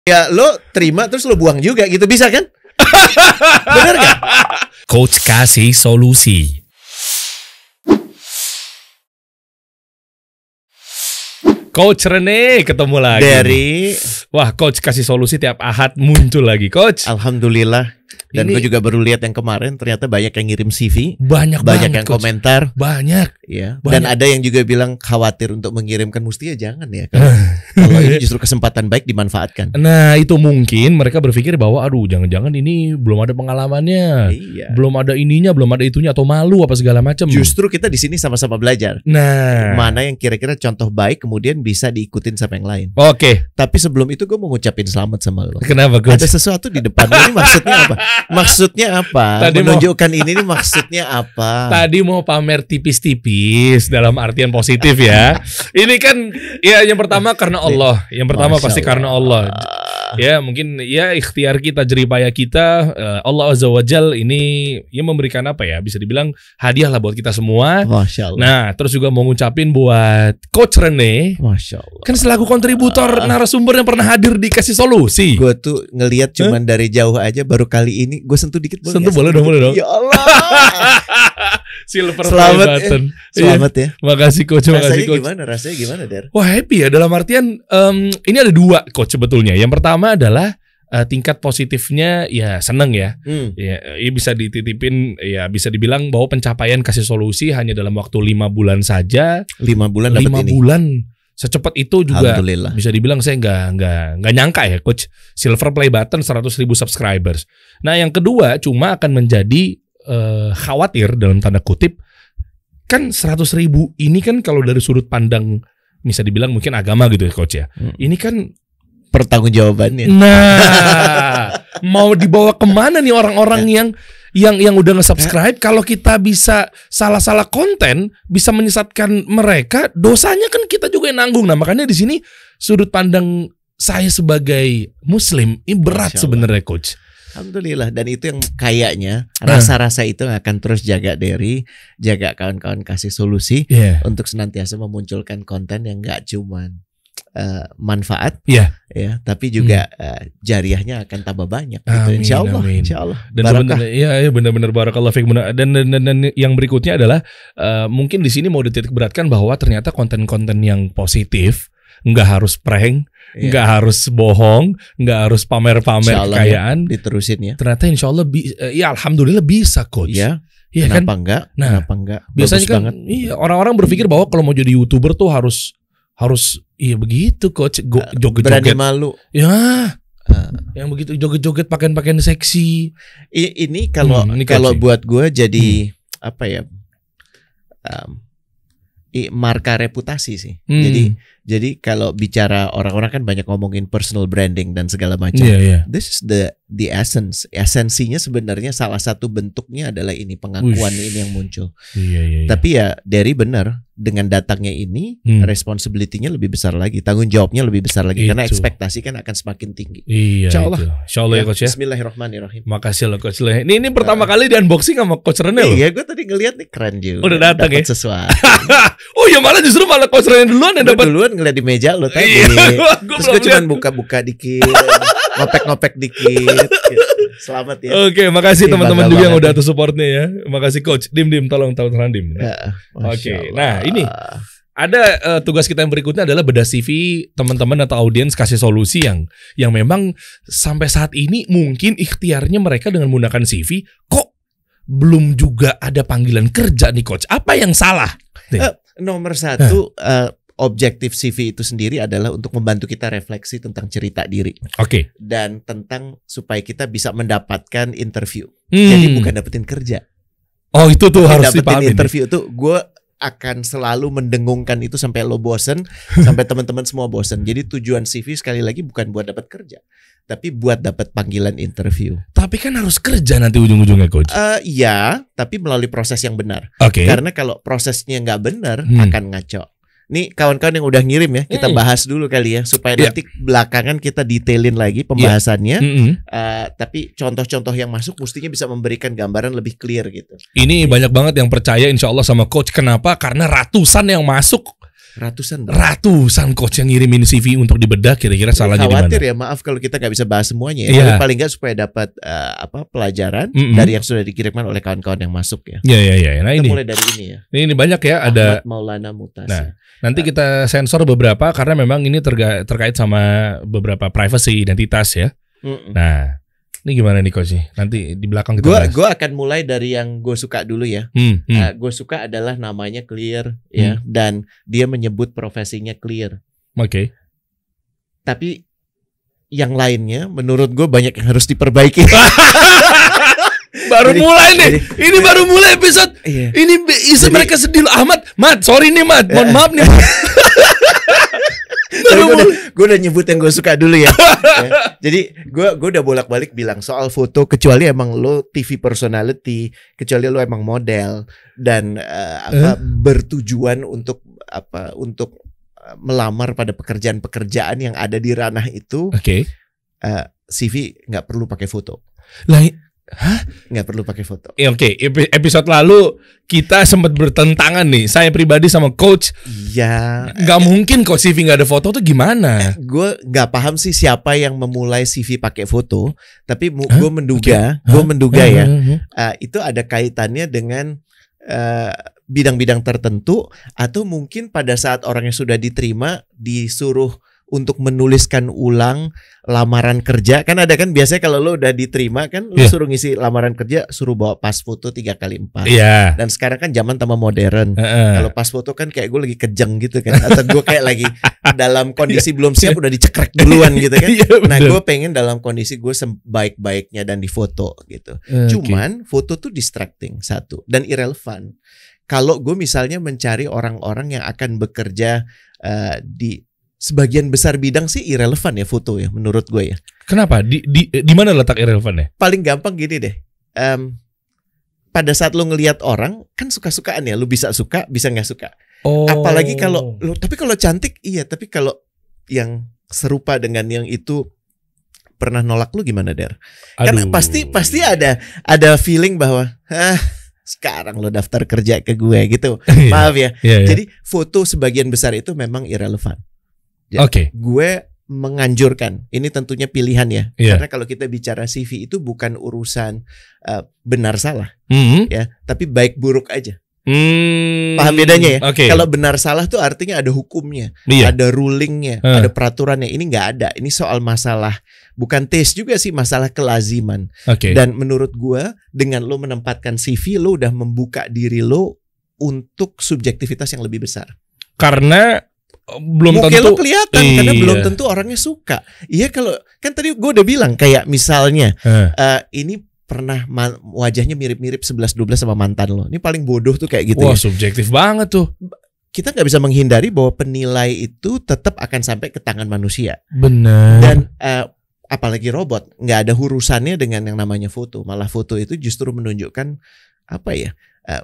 Ya lo terima terus lo buang juga gitu, bisa kan? Bener gak? Coach kasih solusi. Coach Rene ketemu lagi. Wah, Coach kasih solusi tiap Ahad muncul lagi, Coach. Alhamdulillah. Dan Ini- gue juga baru lihat yang kemarin, ternyata banyak yang ngirim CV, Banyak banyak banget, yang Coach. komentar, Banyak. ya. Banyak. Dan ada yang juga bilang khawatir untuk mengirimkan, mesti ya jangan ya. Kalau ini justru kesempatan baik dimanfaatkan. Nah, itu mungkin mereka berpikir bahwa aduh, jangan-jangan ini belum ada pengalamannya. Iya. Belum ada ininya, belum ada itunya, atau malu apa segala macam. Justru kita di sini sama-sama belajar. Nah, Mana yang kira-kira contoh baik kemudian bisa diikutin sama yang lain. oke. Tapi sebelum itu gue mau ngucapin selamat sama lo. Kenapa, Coach? Ada sesuatu di depan ini, maksudnya apa? Maksudnya apa? Tadi Menunjukkan ini nih maksudnya apa? Tadi mau pamer tipis-tipis dalam artian positif ya. Ini kan ya yang pertama karena Allah. Yang pertama Masya pasti karena Allah. Ya mungkin ya ikhtiar kita, jeripaya kita, Allah Azza wa Jal ini ya memberikan apa ya, bisa dibilang hadiah lah buat kita semua. Masya Allah. Nah terus juga mau ngucapin buat Coach Rene, Masya Allah. kan selaku kontributor narasumber yang pernah hadir di Kasih Solusi. Gue tuh ngelihat cuman dari jauh aja, baru kali ini gue sentuh dikit. Sentuh, ya? boleh dong, boleh dong. Ya Allah. Silver Selamat play button. Selamat ya. Makasih Coach, makasih Rasanya Coach. gimana? Rasanya gimana, Der? Wah happy ya, dalam artian ini ada dua Coach sebetulnya. Yang pertama adalah tingkat positifnya ya seneng ya. Ya bisa dititipin, ya bisa dibilang bahwa pencapaian Kasih Solusi hanya dalam waktu 5 bulan saja. 5 bulan dapat 5 ini. bulan secepat itu juga. Alhamdulillah. Bisa dibilang saya nggak nyangka ya Coach. Silver play button 100.000 subscribers. Nah yang kedua cuma akan menjadi khawatir dalam tanda kutip, kan 100.000 ini kan kalau dari sudut pandang bisa dibilang mungkin agama gitu ya Coach ya. Ini kan Pertanggungjawabannya. nah mau dibawa kemana nih orang-orang yang udah nge-subscribe? Kalau kita bisa salah-salah konten, bisa menyesatkan mereka, dosanya kan kita juga yang nanggung. Nah makanya di sini sudut pandang saya sebagai Muslim ini berat Masya Allah. sebenarnya Coach. Alhamdulillah. Dan itu yang kayaknya rasa-rasa itu akan terus jaga Derry, jaga kawan-kawan Kasih Solusi Iya. untuk senantiasa memunculkan konten yang gak cuman manfaat, Iya. ya, tapi juga jariahnya akan tambah banyak. Gitu. Amin, Insya Allah, amin. Insya Allah. Dan Barakah. sebenarnya ya benar-benar barakallahu fiik. Dan yang berikutnya adalah mungkin di sini mau dititik beratkan bahwa ternyata konten-konten yang positif nggak harus prank, Iya. nggak harus bohong, nggak harus pamer-pamer Insya Allah kekayaan. ya, diterusin ya. Ternyata insya Allah ya alhamdulillah bisa Coach. Ya, Iya kan? kenapa enggak? Nah, Kenapa enggak? Biasanya Bagus kan banget. iya, orang-orang berpikir bahwa kalau mau jadi YouTuber tuh harus iya begitu Coach, Berani joget-joget. malu. Ya. Yang begitu joget-joget pakaian-pakaian seksi. Ini kalau Ini kalau coaching. buat gue jadi apa ya? Marka reputasi sih. Jadi kalau bicara orang-orang kan banyak ngomongin personal branding dan segala macam. Iya, iya. This is the essence. Esensinya sebenarnya salah satu bentuknya adalah ini, pengakuan Uish. ini yang muncul. Iya. Tapi ya Derry benar, dengan datangnya ini responsibility-nya lebih besar lagi, tanggung jawabnya lebih besar lagi karena Itu. ekspektasi kan akan semakin tinggi. Iya. Insya Allah. Insya Allah ya Coach ya. Bismillahirrahmanirrahim. Makasih loh Coach. Ini pertama kali di unboxing sama Coach Rene loh. Iya, gue tadi ngeliat nih keren juga. Udah datang Dapat ya? sesuatu. Oh ya justru malah Coach Rene duluan yang Gue dapat. duluan ngeliat di meja lo tadi. Iya, gua Terus belum gue cuma lihat. buka-buka dikit, ngopek-ngopek dikit. Gitu. Selamat ya. Oke, makasih Ih, teman-teman bangga juga yang banget udah nih. atur supportnya ya. Makasih Coach. Dim tolong Dim. Ya, Masya Oke, Allah. nah ini ada tugas kita yang berikutnya adalah bedah CV teman-teman atau audiens Kasih Solusi yang memang sampai saat ini mungkin ikhtiarnya mereka dengan menggunakan CV kok belum juga ada panggilan kerja nih Coach. Apa yang salah? Nomor satu, objektif CV itu sendiri adalah untuk membantu kita refleksi tentang cerita diri Oke. dan tentang supaya kita bisa mendapatkan interview. Jadi bukan dapetin kerja. Oh itu tuh harus Dapetin dipahami. interview tuh gue akan selalu mendengungkan itu sampai lo bosen, sampai teman-teman semua bosen. Jadi tujuan CV sekali lagi bukan buat dapat kerja, tapi buat dapat panggilan interview. Tapi kan harus kerja nanti ujung-ujungnya Coach. Ya, tapi melalui proses yang benar. Oke. Karena kalau prosesnya nggak benar akan ngaco. Nih kawan-kawan yang udah ngirim ya, kita bahas dulu kali ya supaya nanti belakangan kita detailin lagi pembahasannya. Tapi contoh-contoh yang masuk mestinya bisa memberikan gambaran lebih clear gitu. Ini banyak banget yang percaya insya Allah sama Coach. Kenapa? Karena ratusan yang masuk Ratusan coach yang ngirimin CV untuk dibedah, kira-kira salahnya di mana? Khawatir ya, maaf kalau kita nggak bisa bahas semuanya ya. Tapi paling nggak supaya dapat pelajaran dari yang sudah dikirimkan oleh kawan-kawan yang masuk ya. Iya. Nah, kita ini mulai dari ini ya. Ini banyak ya, ada Ahmad Maulana Mutasi. Nah, nanti kita sensor beberapa karena memang ini terkait sama beberapa privacy identitas ya. Nah, ini gimana nih coach? Nanti di belakang kita bahas. Gue akan mulai dari yang gue suka dulu ya. Gue suka adalah namanya Clear ya, dan dia menyebut profesinya Clear. Oke. Tapi yang lainnya menurut gue banyak yang harus diperbaiki. Baru mulai nih. Ini baru mulai episode. Ini mereka sedih. Ahmad, sorry nih Mat. Mohon maaf nih. Gue udah nyebut yang gue suka dulu ya. Jadi gue udah bolak-balik bilang soal foto, kecuali emang lo TV personality, kecuali lo emang model dan bertujuan untuk melamar pada pekerjaan-pekerjaan yang ada di ranah itu. CV nggak perlu pakai foto. Nggak perlu pakai foto. Oke. Episode lalu kita sempat bertentangan nih. Saya pribadi sama coach. Ya. Nggak mungkin kok CV nggak ada foto tuh gimana? Gue nggak paham sih siapa yang memulai CV pakai foto. Tapi gue menduga, itu ada kaitannya dengan bidang-bidang tertentu, atau mungkin pada saat orangnya sudah diterima disuruh untuk menuliskan ulang lamaran kerja. Kan ada kan biasanya kalau lo udah diterima kan lo suruh ngisi lamaran kerja, suruh bawa pas foto 3x4. Dan sekarang kan zaman tambah modern. Kalau pas foto kan kayak gue lagi kejeng gitu kan, atau gue kayak lagi dalam kondisi belum siap udah dicekrek duluan gitu kan. Nah gue pengen dalam kondisi gue sebaik-baiknya dan difoto gitu. Cuman foto tuh distracting satu dan irrelevant. Kalau gue misalnya mencari orang-orang yang akan bekerja di sebagian besar bidang sih irrelevant ya foto ya menurut gue ya. Kenapa? Di mana letak irrelevant ya? Paling gampang gini deh. Pada saat lo ngelihat orang kan suka-sukaan ya, lo bisa suka, bisa nggak suka. Apalagi kalau lo, tapi kalau cantik iya, tapi kalau yang serupa dengan yang itu pernah nolak lo gimana Der? Karena pasti ada feeling bahwa sekarang lo daftar kerja ke gue gitu. Maaf ya. Jadi foto sebagian besar itu memang irrelevant. Gue menganjurkan, ini tentunya pilihan ya, karena kalau kita bicara CV itu bukan urusan benar salah, ya, tapi baik buruk aja. Paham bedanya ya? Kalau benar salah tuh artinya ada hukumnya, ada rulingnya, ada peraturannya. Ini nggak ada. Ini soal masalah bukan taste juga sih, masalah kelaziman. Dan menurut gue dengan lo menempatkan CV, lo udah membuka diri lo untuk subjektivitas yang lebih besar. Karena belum tentu kelihatan karena belum tentu orangnya suka. Iya, kalau kan tadi gue udah bilang kayak misalnya ini pernah wajahnya mirip-mirip 11-12 sama mantan lo. Ini paling bodoh tuh kayak gitu. Wah, subjektif banget tuh. Kita nggak bisa menghindari bahwa penilai itu tetap akan sampai ke tangan manusia. Benar. Dan apalagi robot nggak ada urusannya dengan yang namanya foto. Malah foto itu justru menunjukkan apa ya?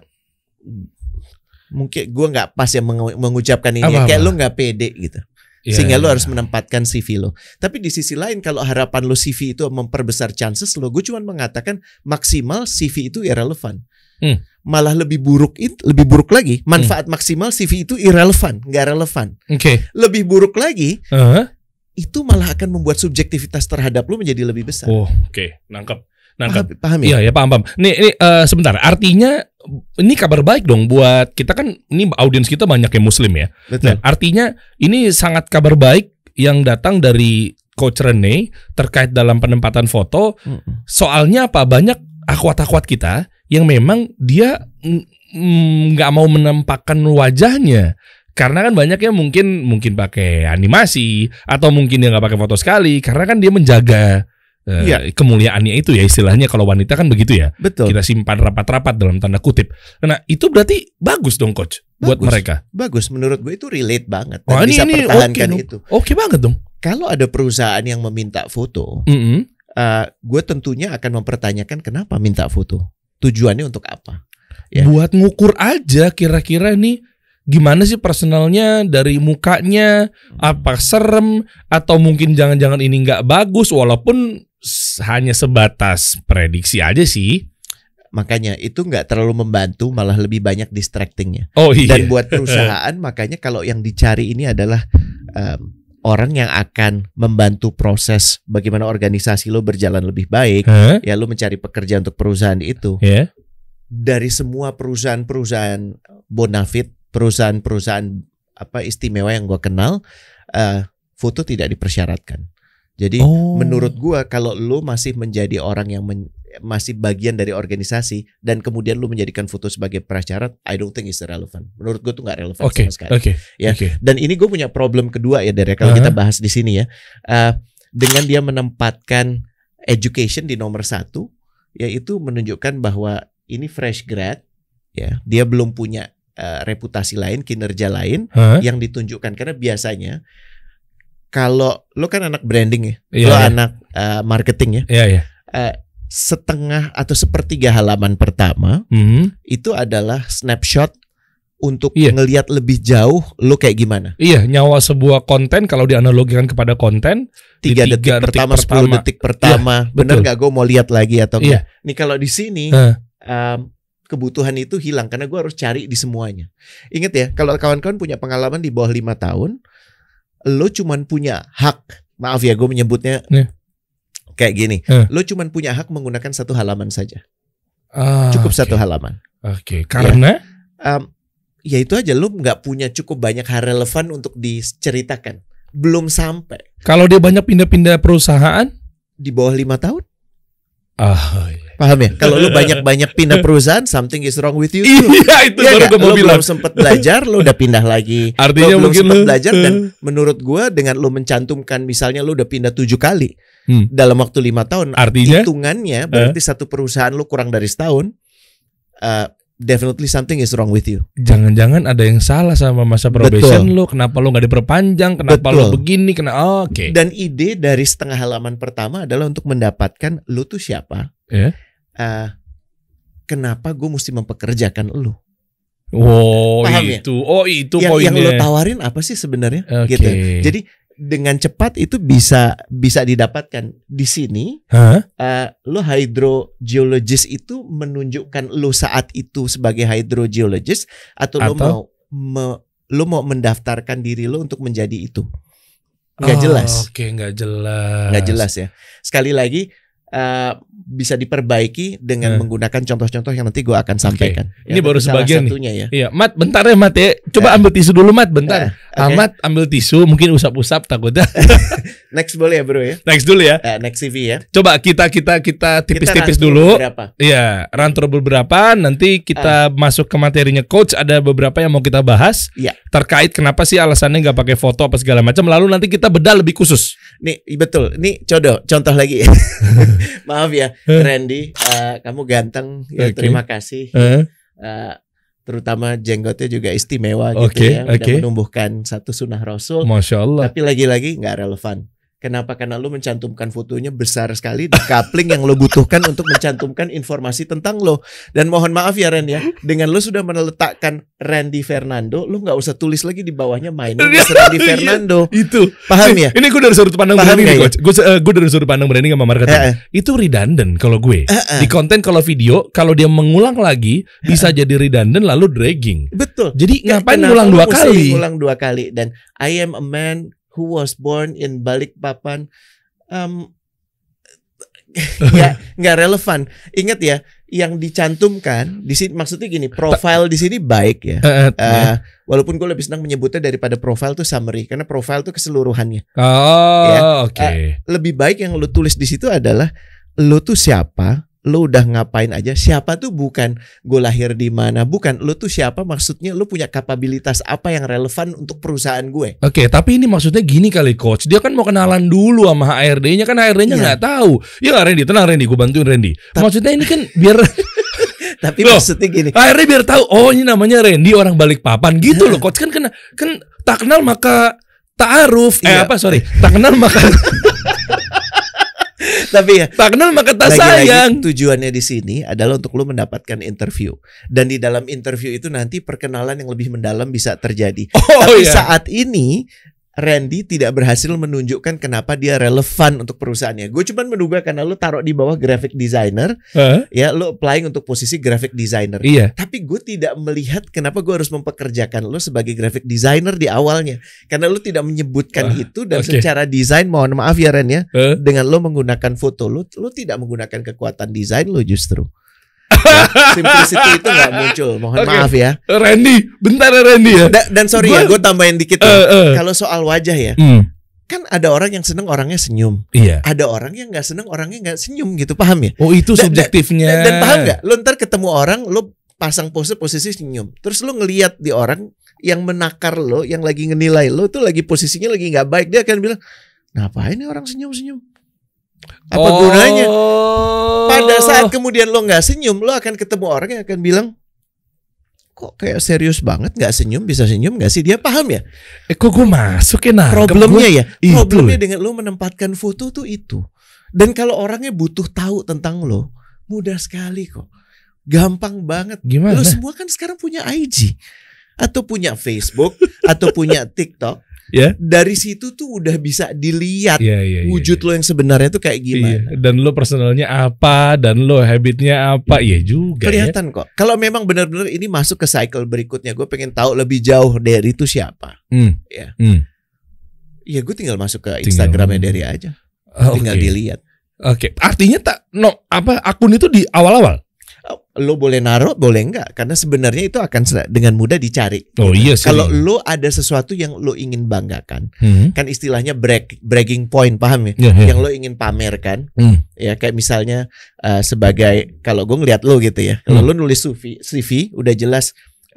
Mungkin gue nggak pas ya mengucapkan ini ya, kayak lo nggak pede gitu, sehingga lo harus menempatkan CV lo. Tapi di sisi lain kalau harapan lo CV itu memperbesar chances lo, gue cuma mengatakan maksimal CV itu irrelevant. Malah lebih buruk lagi, manfaat maksimal CV itu irrelevant, nggak relevan. Lebih buruk lagi, itu malah akan membuat subjektivitas terhadap lo menjadi lebih besar. Nangkep. Paham ya? Iya, paham. Nih sebentar. Artinya ini kabar baik dong buat kita, kan ini audiens kita banyak yang muslim ya. Betul. Nah, artinya ini sangat kabar baik yang datang dari Coach Rene terkait dalam penempatan foto. Soalnya apa? Banyak akhwat-akhwat kita yang memang dia nggak mau menampakkan wajahnya. Karena kan banyak yang mungkin pakai animasi atau mungkin dia nggak pakai foto sekali. Karena kan dia menjaga kemuliaannya itu ya, istilahnya kalau wanita kan begitu ya. Betul. Kita simpan rapat-rapat dalam tanda kutip. Nah itu berarti bagus dong coach buat mereka. Bagus, menurut gue itu relate banget dan bisa pertahankan itu. Oke banget dong. Kalau ada perusahaan yang meminta foto, gue tentunya akan mempertanyakan kenapa minta foto, tujuannya untuk apa? Ya. Buat ngukur aja kira-kira nih gimana sih personalnya dari mukanya, apa serem atau mungkin jangan-jangan ini nggak bagus, walaupun hanya sebatas prediksi aja sih. Makanya itu nggak terlalu membantu, malah lebih banyak distractingnya. Oh iya. Dan buat perusahaan, makanya kalau yang dicari ini adalah orang yang akan membantu proses bagaimana organisasi lo berjalan lebih baik. Ya lo mencari pekerja untuk perusahaan itu. Dari semua perusahaan-perusahaan bonafit, perusahaan-perusahaan istimewa yang gue kenal, foto tidak dipersyaratkan. Jadi menurut gue kalau lo masih menjadi orang yang masih bagian dari organisasi dan kemudian lo menjadikan foto sebagai prasyarat, I don't think it's relevant. Menurut gue tuh nggak relevan sama sekali. Dan ini gue punya problem kedua ya dari kalau kita bahas di sini ya, dengan dia menempatkan education di nomor 1, yaitu menunjukkan bahwa ini fresh grad, ya dia belum punya reputasi lain, kinerja lain yang ditunjukkan. Karena biasanya kalau lo kan anak branding ya, lo anak marketing ya, setengah atau sepertiga halaman pertama itu adalah snapshot untuk ngelihat lebih jauh lo kayak gimana. Nyawa sebuah konten kalau dianalogikan kepada konten 3 detik pertama, 10 detik pertama. Bener gak gue mau lihat lagi atau enggak? Nih kalau di sini kebutuhan itu hilang karena gue harus cari di semuanya. Ingat ya, kalau kawan-kawan punya pengalaman di bawah 5 tahun, lo cuman punya hak, maaf ya gue menyebutnya kayak gini, lo cuman punya hak menggunakan 1 halaman saja, cukup 1 halaman. Karena ya itu aja, lo nggak punya cukup banyak hal relevan untuk diceritakan. Belum sampai. Kalau dia banyak pindah-pindah perusahaan di bawah 5 tahun, paham ya? Kalau lu banyak-banyak pindah perusahaan, something is wrong with you too. Itu baru gue mau bilang. Belum sempat belajar, lu udah pindah lagi. Artinya lu belum mungkin sempat belajar, dan menurut gue dengan lu mencantumkan misalnya lu udah pindah 7 kali dalam waktu 5 tahun, artinya hitungannya berarti satu perusahaan lu kurang dari setahun. Definitely something is wrong with you. Jangan-jangan ada yang salah sama masa probation lo. Kenapa lo gak diperpanjang? Kenapa lo begini? Dan ide dari setengah halaman pertama adalah untuk mendapatkan lo tuh siapa. Kenapa gue mesti mempekerjakan lo? Paham itu. Ya? Itu poinnya. Yang lo tawarin apa sih sebenarnya? Gitu. Jadi dengan cepat itu bisa didapatkan di sini. Lo hydrogeologist itu menunjukkan lo saat itu sebagai hydrogeologist, atau lo mau mendaftarkan diri lo untuk menjadi itu. Nggak jelas. Nggak jelas ya. Sekali lagi bisa diperbaiki dengan menggunakan contoh-contoh yang nanti gue akan sampaikan. Ini baru sebagian nih. Ya. Iya, Mat, bentar ya Mat ya. Coba ambil tisu dulu Mat, bentar. Mat, ambil tisu, mungkin usap-usap takutnya. Next boleh ya bro ya. Next dulu ya. Next CV ya. Coba kita tipis-tipis dulu. Iya, run through beberapa. Nanti kita masuk ke materinya coach. Ada beberapa yang mau kita bahas. Terkait kenapa sih alasannya nggak pakai foto apa segala macam. Lalu nanti kita bedah lebih khusus. Nih betul. Nih contoh lagi. Maaf ya Randy, kamu ganteng ya, terima kasih. Terutama jenggotnya juga istimewa gitu ya, udah menumbuhkan satu sunnah Rasul. Masya Allah. Tapi lagi-lagi nggak relevan. Kenapa? Karena lo mencantumkan fotonya besar sekali di coupling yang lo butuhkan untuk mencantumkan informasi tentang lo. Dan mohon maaf ya Ren ya, dengan lo sudah meletakkan Randy Fernando, lo nggak usah tulis lagi di bawahnya my name is Randy Fernando. Itu paham ya? Ini gue dari sudut pandang branding nih coach. Gue dari sudut pandang branding sama marketing. Itu redundant kalau gue. Di konten kalau video, kalau dia mengulang lagi bisa jadi redundant lalu dragging. Betul. Jadi ngapain ngulang 2 kali? Ngulang 2 kali. Dan I am a man who was born in Balikpapan. Ya nggak relevan. Ingat ya, yang dicantumkan di sini maksudnya gini, profile di sini baik ya. Walaupun gue lebih senang menyebutnya daripada profile tuh summary, karena profile tuh keseluruhannya. Lebih baik yang lo tulis di situ adalah lo tuh siapa. Lo udah ngapain aja. Siapa tuh bukan gue lahir di mana, bukan. Lo tuh siapa, maksudnya lo punya kapabilitas apa yang relevan untuk perusahaan gue. Tapi ini maksudnya gini kali coach. Dia kan mau kenalan dulu sama HRD-nya, kan HRD-nya nggak tahu. Ya nggak Randy, tenang Randy, gue bantuin Randy. Maksudnya ini kan biar tapi maksudnya gini, HRD biar tahu, oh ini namanya Randy orang Balikpapan gitu loh coach. Kan tak kenal maka ta'aruf. Tak kenal maka tapi ya, tak kenal maka tak sayang. Tujuannya di sini adalah untuk lo mendapatkan interview, dan di dalam interview itu nanti perkenalan yang lebih mendalam bisa terjadi. Tapi saat ini Randy tidak berhasil menunjukkan kenapa dia relevan untuk perusahaannya. Gue cuma menduga karena lo taruh di bawah graphic designer, ya lo applying untuk posisi graphic designer. Iya. Tapi gue tidak melihat kenapa gue harus mempekerjakan lo sebagai graphic designer di awalnya. Karena lo tidak menyebutkan itu dan secara desain, mohon maaf ya Ren ya, dengan lo menggunakan foto lo tidak menggunakan kekuatan desain lo justru. Ya, simplicity itu gak muncul. Mohon maaf ya Randy, bentar ya Randy ya. Dan sorry ya, gue tambahin dikit kalau soal wajah ya, kan ada orang yang seneng orangnya senyum, ada orang yang gak seneng orangnya gak senyum gitu, paham ya? Oh itu subjektifnya. Dan paham gak? Lo ntar ketemu orang, lo pasang posisi senyum, terus lo ngelihat di orang yang menakar lo, yang lagi ngenilai lo tuh lagi posisinya lagi gak baik, dia akan bilang, ngapain nih orang senyum-senyum? Apa gunanya? Pada saat kemudian lo gak senyum, lo akan ketemu orang yang akan bilang, kok kayak serius banget, gak senyum, bisa senyum gak sih? Dia paham ya? Kok gue masukin problemnya problemnya dengan lo menempatkan foto tuh itu. Dan kalau orangnya butuh tahu tentang lo, mudah sekali kok, gampang banget. Gimana? Lo semua kan sekarang punya IG atau punya Facebook atau punya TikTok. Dari situ tuh udah bisa dilihat wujud lo yang sebenarnya tuh kayak gimana. Dan lo personalnya apa, dan lo habitnya apa, juga kelihatan kok. Kalau memang benar-benar ini masuk ke cycle berikutnya, gue pengen tahu lebih jauh dari itu siapa. Ya gue tinggal masuk ke Instagramnya dari aja, tinggal dilihat. Artinya akun itu di awal-awal. Lo boleh naruh, boleh enggak, karena sebenarnya itu akan dengan mudah dicari. Iya sih. Kalau lo ada sesuatu yang lo ingin banggakan, kan istilahnya bragging point, paham ya? Yang lo ingin pamerkan, ya kayak misalnya sebagai, kalau gue ngeliat lo gitu ya, kalau lo nulis CV udah jelas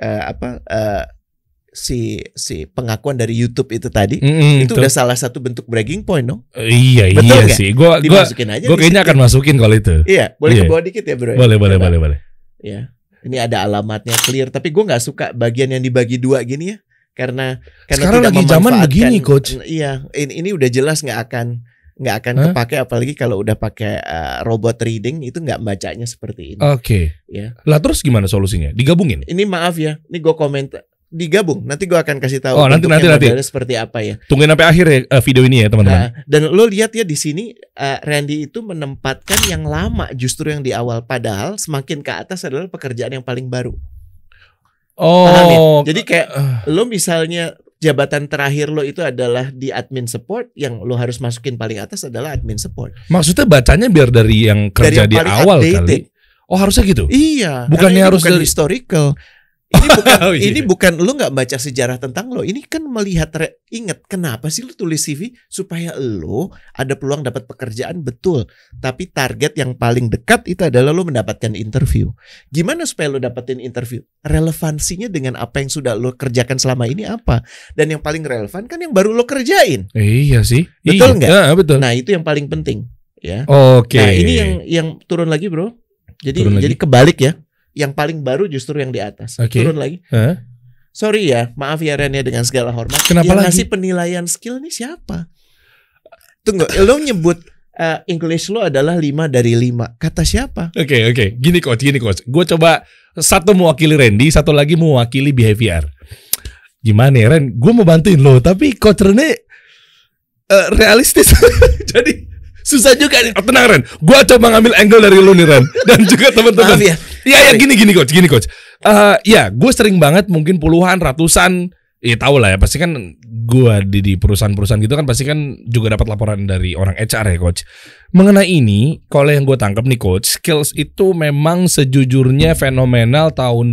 si pengakuan dari YouTube itu tadi, itu udah salah satu bentuk bragging point dong. Iya sih. Gue kayaknya akan masukin kalau itu. Iya, boleh ke bawah dikit ya bro. Boleh. Ya, ini ada alamatnya clear. Tapi gue nggak suka bagian yang dibagi dua gini ya, karena sekarang tidak lagi zaman begini coach. Iya, ini udah jelas nggak akan kepake, apalagi kalau udah pakai robot reading, itu nggak bacanya seperti ini. Ya. Lah terus gimana solusinya? Digabungin? Ini maaf ya, ini gue komentar. Digabung, nanti gue akan kasih tahu. Nanti seperti apa ya. Tungguin sampai akhir ya video ini ya teman-teman. Dan lo lihat ya di sini Randy itu menempatkan yang lama justru yang di awal, padahal semakin ke atas adalah pekerjaan yang paling baru. Ya? Jadi kayak lo misalnya jabatan terakhir lo itu adalah di admin support, yang lo harus masukin paling atas adalah admin support. Maksudnya bacanya biar dari yang kerja di awal updated. Kali. Harusnya gitu. Iya. Bukannya harus bukan historical. Ini bukan lu nggak baca sejarah tentang lo. Ini kan melihat, ingat kenapa sih lu tulis CV, supaya lo ada peluang dapat pekerjaan, betul. Tapi target yang paling dekat itu adalah lo mendapatkan interview. Gimana supaya lo dapetin interview? Relevansinya dengan apa yang sudah lo kerjakan selama ini apa? Dan yang paling relevan kan yang baru lo kerjain. Iya sih. Betul nggak? Ya, betul. Nah itu yang paling penting. Ya. Nah ini yang turun lagi bro. Jadi kebalik ya. Yang paling baru justru yang di atas. Turun lagi. Sorry ya, maaf ya Ren ya, dengan segala hormat. Kenapa yang lagi? ngasih penilaian skill ini siapa? Tunggu, lo nyebut English lo adalah 5 dari 5. Kata siapa? Oke. Gini coach. Gue coba satu mewakili Randy, satu lagi mewakili behavior. Gimana ya Ren? Gue mau bantuin lo, tapi coach Rene realistis. Jadi susah juga nih. Tenang Ren, gue coba ngambil angle dari lu nih Ren, dan juga teman-teman. Maaf ya. Iya gini coach. Ya gue sering banget, mungkin puluhan, ratusan, tahu lah ya, pasti kan gue di perusahaan-perusahaan gitu kan pasti kan juga dapat laporan dari orang HR ya coach. Mengenai ini, kalau yang gue tangkap nih coach, skills itu memang sejujurnya fenomenal tahun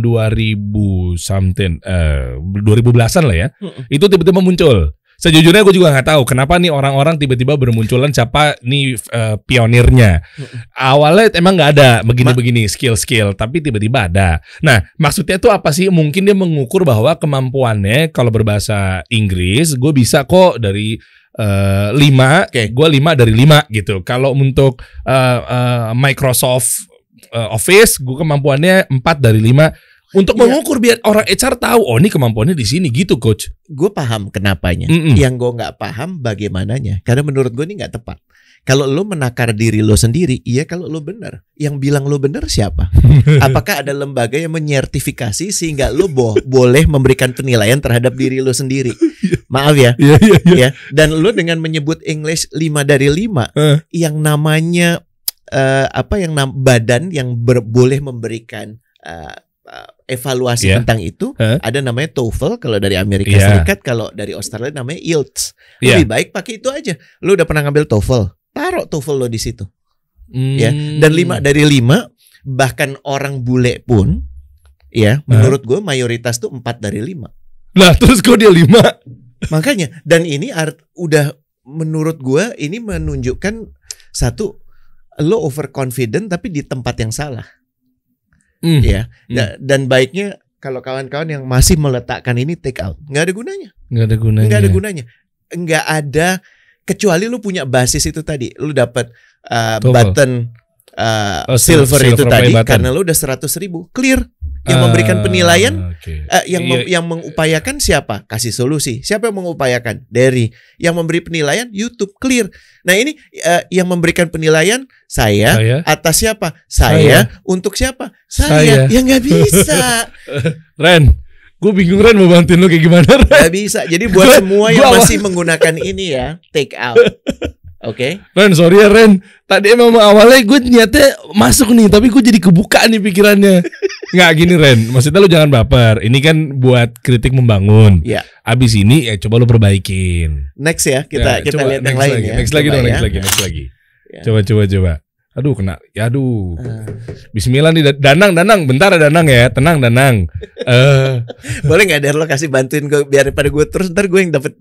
2010-an lah ya. Itu tiba-tiba muncul. Sejujurnya gue juga nggak tahu kenapa nih orang-orang tiba-tiba bermunculan, siapa nih pionirnya. Awalnya emang nggak ada begini-begini skill-skill, tapi tiba-tiba ada. Nah maksudnya tuh apa sih? Mungkin dia mengukur bahwa kemampuannya kalau berbahasa Inggris, gue bisa kok dari 5, gue 5 dari 5 gitu. Kalau untuk Microsoft Office, gue kemampuannya 4 dari 5. Untuk mengukur biar orang HR tahu, ini kemampuannya di sini gitu coach. Gue paham kenapanya. Yang gue nggak paham bagaimananya. Karena menurut gue ini nggak tepat. Kalau lo menakar diri lo sendiri, iya kalau lo benar. Yang bilang lo benar siapa? Apakah ada lembaga yang menyertifikasi sehingga lo boleh memberikan penilaian terhadap diri lo sendiri? Maaf ya. Iya. Ya. Dan lu dengan menyebut English 5 dari 5 yang namanya badan yang boleh memberikan evaluasi tentang itu ada namanya TOEFL kalau dari Amerika Serikat, kalau dari Australia namanya IELTS. Lebih baik pakai itu aja. Lu udah pernah ngambil TOEFL, taruh TOEFL lo di situ. Ya. Dan 5 dari 5 bahkan orang bule pun ya, menurut gue mayoritas tuh 4 dari 5. Lah terus kok dia 5? Makanya, dan ini udah menurut gue ini menunjukkan satu, lo overconfident tapi di tempat yang salah. Ya. Dan baiknya kalau kawan-kawan yang masih meletakkan ini take out, nggak ada gunanya. Nggak ada kecuali lu punya basis itu tadi, lu dapat button silver itu tadi button. Karena lu udah 100.000 clear. Yang memberikan penilaian, yang mengupayakan siapa? Kasih solusi. Siapa yang mengupayakan? Derry. Yang memberi penilaian YouTube, clear. Nah ini yang memberikan penilaian saya. Atas siapa? Saya. Untuk siapa? Saya. Ya nggak bisa. Ren, gue bingung Ren mau bantuin lo kayak gimana Ren? Nggak bisa. Jadi buat semua yang masih menggunakan ini ya, take out. Oke. Ren, sorry ya Ren. Tadi emang awalnya gue niatnya masuk nih, tapi gue jadi kebuka nih pikirannya. Nggak gini Ren, maksudnya lo jangan baper. Ini kan buat kritik membangun. Ya. Abis ini ya coba lo perbaikin. Next ya, kita lihat yang lain ya. Next lagi. Ya. Coba. Aduh kena. Ya aduh. Bismillah nih Danang. Bentar Danang ya. Tenang Danang. Boleh nggak Der lo kasih bantuin gue biar pada gue terus ntar gue yang dapat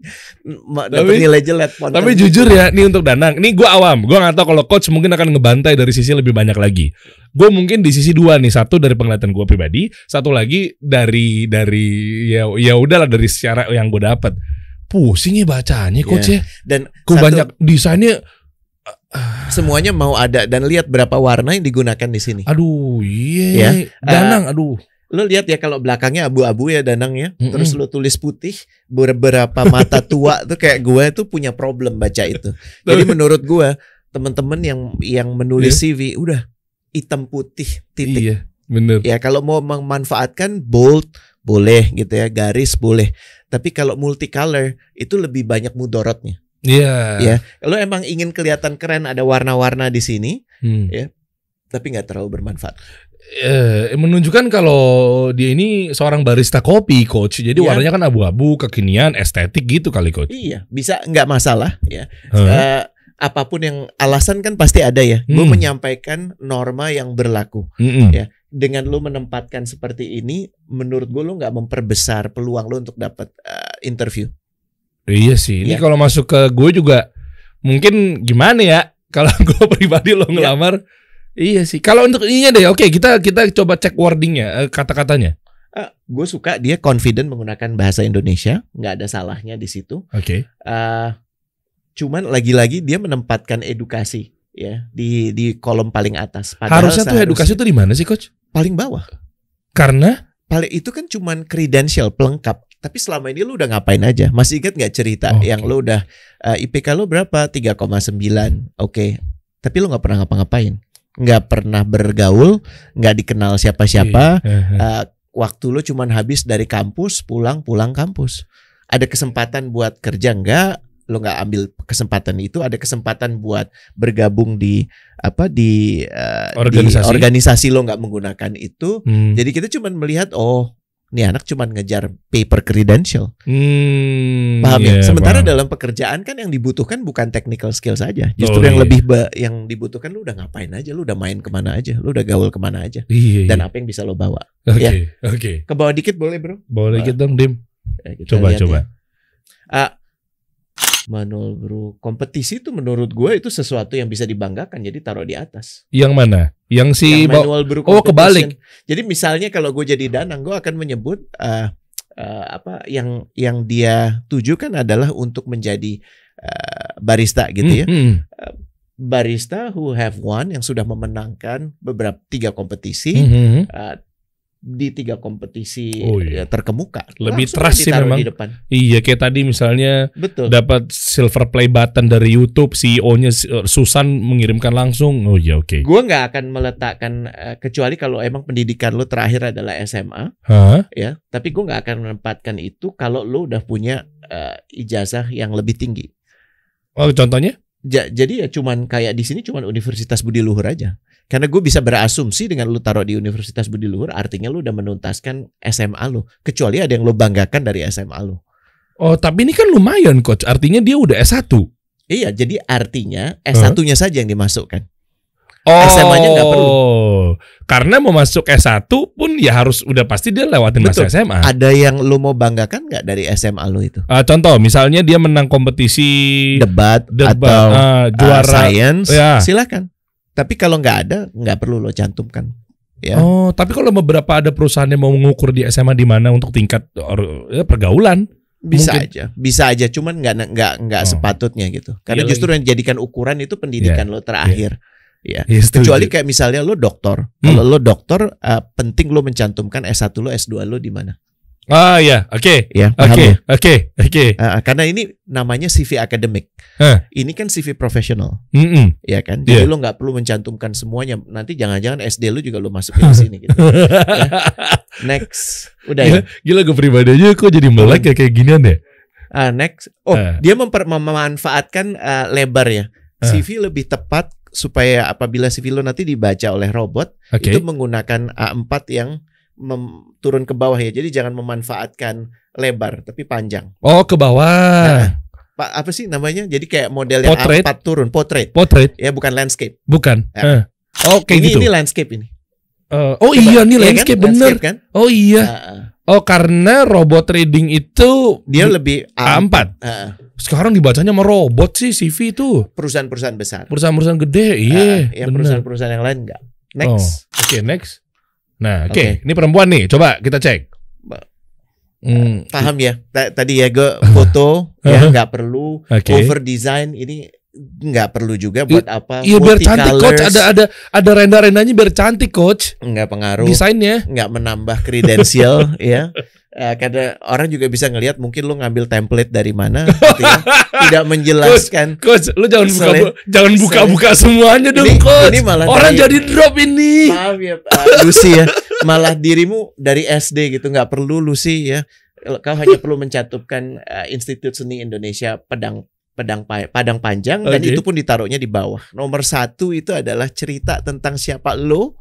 nilai jelek. Tapi jujur ya, nih untuk Danang. Nih gue awam. Gue nggak tahu kalau coach mungkin akan ngebantai dari sisi lebih banyak lagi. Gue mungkin di sisi 2 nih. Satu dari penglihatan gue pribadi. Satu lagi dari ya udahlah dari secara yang gue dapat. Pusing ya bacanya coach ya. Dan gue banyak desainnya. Semuanya mau ada dan lihat berapa warna yang digunakan di sini. Aduh, iya. Ya. Danang, aduh. Lo lihat ya kalau belakangnya abu-abu ya Danang ya. Terus lo tulis putih, beberapa mata tua tuh kayak gue tuh punya problem baca itu. Jadi menurut gue teman-teman yang menulis CV udah hitam putih titik. Iya, bener. Ya kalau mau memanfaatkan bold boleh gitu ya, garis boleh. Tapi kalau multicolor itu lebih banyak mudorotnya. Iya. Ya, lo emang ingin kelihatan keren ada warna-warna di sini, ya, tapi nggak terlalu bermanfaat. Menunjukkan kalau dia ini seorang barista kopi, coach. Jadi warnanya kan abu-abu, kekinian, estetik gitu kali, coach. Iya, bisa nggak masalah, ya. Apapun yang alasan kan pasti ada ya. Gue menyampaikan norma yang berlaku, ya. Dengan lo menempatkan seperti ini, menurut gue lo nggak memperbesar peluang lo untuk dapat interview. Iya sih, ini kalau masuk ke gue juga mungkin gimana ya? Kalau gue pribadi lo ngelamar, iya sih. Kalau untuk ininya deh, oke kita coba cek wordingnya, kata-katanya. Gue suka dia confident menggunakan bahasa Indonesia, nggak ada salahnya di situ. Oke. Cuman lagi-lagi dia menempatkan edukasi ya di kolom paling atas. Padahal harusnya tuh edukasi tuh di mana sih coach? Paling bawah. Karena paling itu kan cuman credential pelengkap. Tapi selama ini lu udah ngapain aja? Masih ingat nggak cerita yang lu udah IPK lu berapa? 3,9. Oke. Tapi lu nggak pernah ngapa-ngapain, nggak pernah bergaul, nggak dikenal siapa-siapa. Waktu lu cuman habis dari kampus, pulang kampus. Ada kesempatan buat kerja nggak? Lo nggak ambil kesempatan itu. Ada kesempatan buat bergabung di organisasi lo nggak menggunakan itu. Jadi kita cuman melihat ini anak cuman ngejar paper credential. Paham ya? Sementara dalam pekerjaan kan yang dibutuhkan bukan technical skill saja. Justru yang lebih yang dibutuhkan lu udah ngapain aja, lu udah main kemana aja, lu udah gaul kemana aja, dan apa yang bisa lo bawa. Oke. Ke bawah dikit boleh bro? Boleh dikit dong Dim. Coba. Manual bro, kompetisi itu menurut gue itu sesuatu yang bisa dibanggakan. Jadi taruh di atas. Yang mana? Yang manual bro. Oh kebalik. Jadi misalnya kalau gue jadi Danang, gue akan menyebut yang dia tuju kan adalah untuk menjadi barista gitu ya. Barista who have won, yang sudah memenangkan 3 kompetisi. di 3 kompetisi terkemuka. Lebih trust sih memang. Di depan. Iya, kayak tadi misalnya dapat silver play button dari YouTube, CEO-nya Susan mengirimkan langsung. Oh iya, oke. Gue nggak akan meletakkan kecuali kalau emang pendidikan lo terakhir adalah SMA, ya. Tapi gue nggak akan menempatkan itu kalau lo udah punya ijazah yang lebih tinggi. Oh, contohnya? Jadi ya cuman kayak di sini cuman Universitas Budi Luhur aja. Karena gue bisa berasumsi dengan lu taruh di Universitas Budi Luhur artinya lu udah menuntaskan SMA lu. Kecuali ada yang lu banggakan dari SMA lu. Oh, tapi ini kan lumayan coach. Artinya dia udah S1. Iya, jadi artinya S1-nya saja yang dimasukkan. Oh, SMA-nya nggak perlu. Karena mau masuk S1 pun ya harus udah pasti dia lewatin masa SMA. Ada yang lu mau banggakan nggak dari SMA lu itu? Contoh, misalnya dia menang kompetisi debat atau juara science, silakan. Tapi kalau nggak ada, nggak perlu lo cantumkan. Ya. Oh, tapi kalau beberapa ada perusahaan yang mau mengukur di SMA di mana untuk tingkat pergaulan, bisa aja. Cuman nggak sepatutnya gitu. Karena justru yang dijadikan ukuran itu pendidikan lo terakhir. Ya. Kecuali kayak misalnya lo doktor. Kalau lo doktor, penting lo mencantumkan S1 lo, S2 lo di mana. Ah ya, oke. Ya, oke. Karena ini namanya CV akademik. Ini kan CV profesional. Ya kan? Jadi lo nggak perlu mencantumkan semuanya. Nanti jangan-jangan SD lo juga lo masukin di sini gitu. Ya. Next. Udah ya. Gila, gue pribadi aja kok jadi melek kayak ginian deh. Next. Dia memanfaatkan lebar ya. CV lebih tepat supaya apabila CV lo nanti dibaca oleh robot, itu menggunakan A4 yang turun ke bawah ya. Jadi jangan memanfaatkan lebar tapi panjang. Oh, ke bawah. Apa sih namanya? Jadi kayak model yang Portrait. A4 turun, portrait. Ya, bukan landscape. Bukan. Oke, ini gitu. Ini landscape ini. Iya nih landscape, kan? bener. Landscape, kan? Oh iya. Karena robot trading itu dia lebih A4. Sekarang dibacanya sama robot sih CV itu. Perusahaan-perusahaan besar. Perusahaan-perusahaan gede, yang perusahaan-perusahaan yang lain enggak. Next. Oke, next. Nah, oke. Ini perempuan nih, coba kita cek. Paham ya? Tadi ya gue foto ya nggak perlu, over design ini nggak perlu juga buat apa? Iya, biar cantik coach. Ada renda-rendanya biar cantik coach. Nggak pengaruh. Desainnya nggak menambah kredensial ya. Karena orang juga bisa ngelihat mungkin lu ngambil template dari mana gitu ya. Tidak menjelaskan. Coach, lu jangan buka semuanya dong, coach. Ini malah orang jadi drop ini. Maaf ya, Lucy ya. Malah dirimu dari SD gitu, nggak perlu Lucy ya. Kau hanya perlu mencantumkan Institut Seni Indonesia Padang Panjang, dan itu pun ditaruhnya di bawah. Nomor 1 itu adalah cerita tentang siapa lo.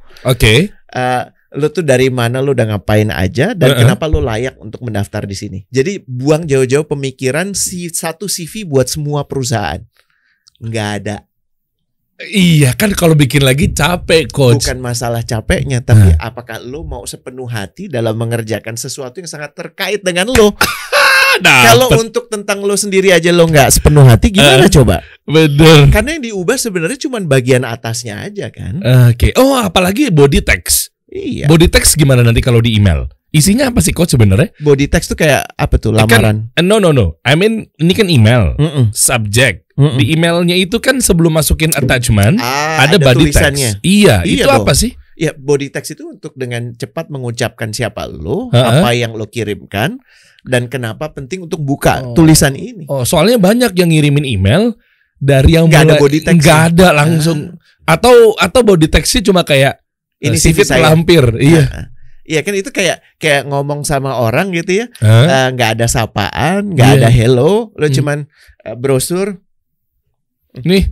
Lo tuh dari mana, lo udah ngapain aja, dan kenapa lo layak untuk mendaftar di sini. Jadi buang jauh-jauh pemikiran satu CV buat semua perusahaan. Nggak ada. Iya kan, kalau bikin lagi capek coach. Bukan masalah capeknya, tapi apakah lo mau sepenuh hati dalam mengerjakan sesuatu yang sangat terkait dengan lo. Kalau untuk tentang lo sendiri aja lo nggak sepenuh hati, gimana coba? Bener. Karena yang diubah sebenarnya cuma bagian atasnya aja kan. Oh, apalagi body text. Iya. Body text gimana nanti kalau di email? Isinya apa sih coach sebenarnya? Body text tuh kayak apa tuh, lamaran? No. I mean ini kan email, subject. Di emailnya itu kan sebelum masukin attachment ada body tulisannya. text. Iya, itu apa sih? Ya, body text itu untuk dengan cepat mengucapkan siapa lo, apa yang lo kirimkan, dan kenapa penting untuk buka tulisan ini. Soalnya banyak yang ngirimin email dari yang nggak ada body text, nggak ada langsung, atau body textnya cuma kayak ini CV terlampir. Iya kan, itu kayak ngomong sama orang gitu ya, nggak ada sapaan, nggak ada hello, lo cuman brosur. Nih,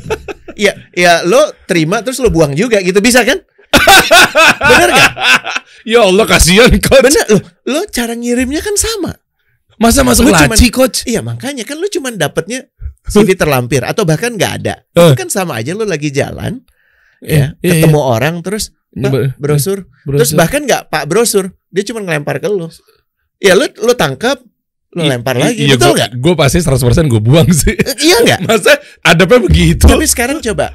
ya lo terima terus lo buang juga gitu, bisa kan? Bener gak? Ya Allah, kasihan coach. Bener, lo cara ngirimnya kan sama. Masa masuk laci coach? Iya, makanya kan lo cuman dapetnya CV terlampir atau bahkan nggak ada. Itu kan sama aja, lo lagi jalan ketemu orang terus brosur. Terus bahkan nggak Pak brosur, dia cuma ngelempar ke lo. Ya lo tangkap, lo lempar lagi. Iya, betul nggak? Gue pasti 100% gue buang sih. Iya nggak? Masa adabnya begitu? Tapi sekarang coba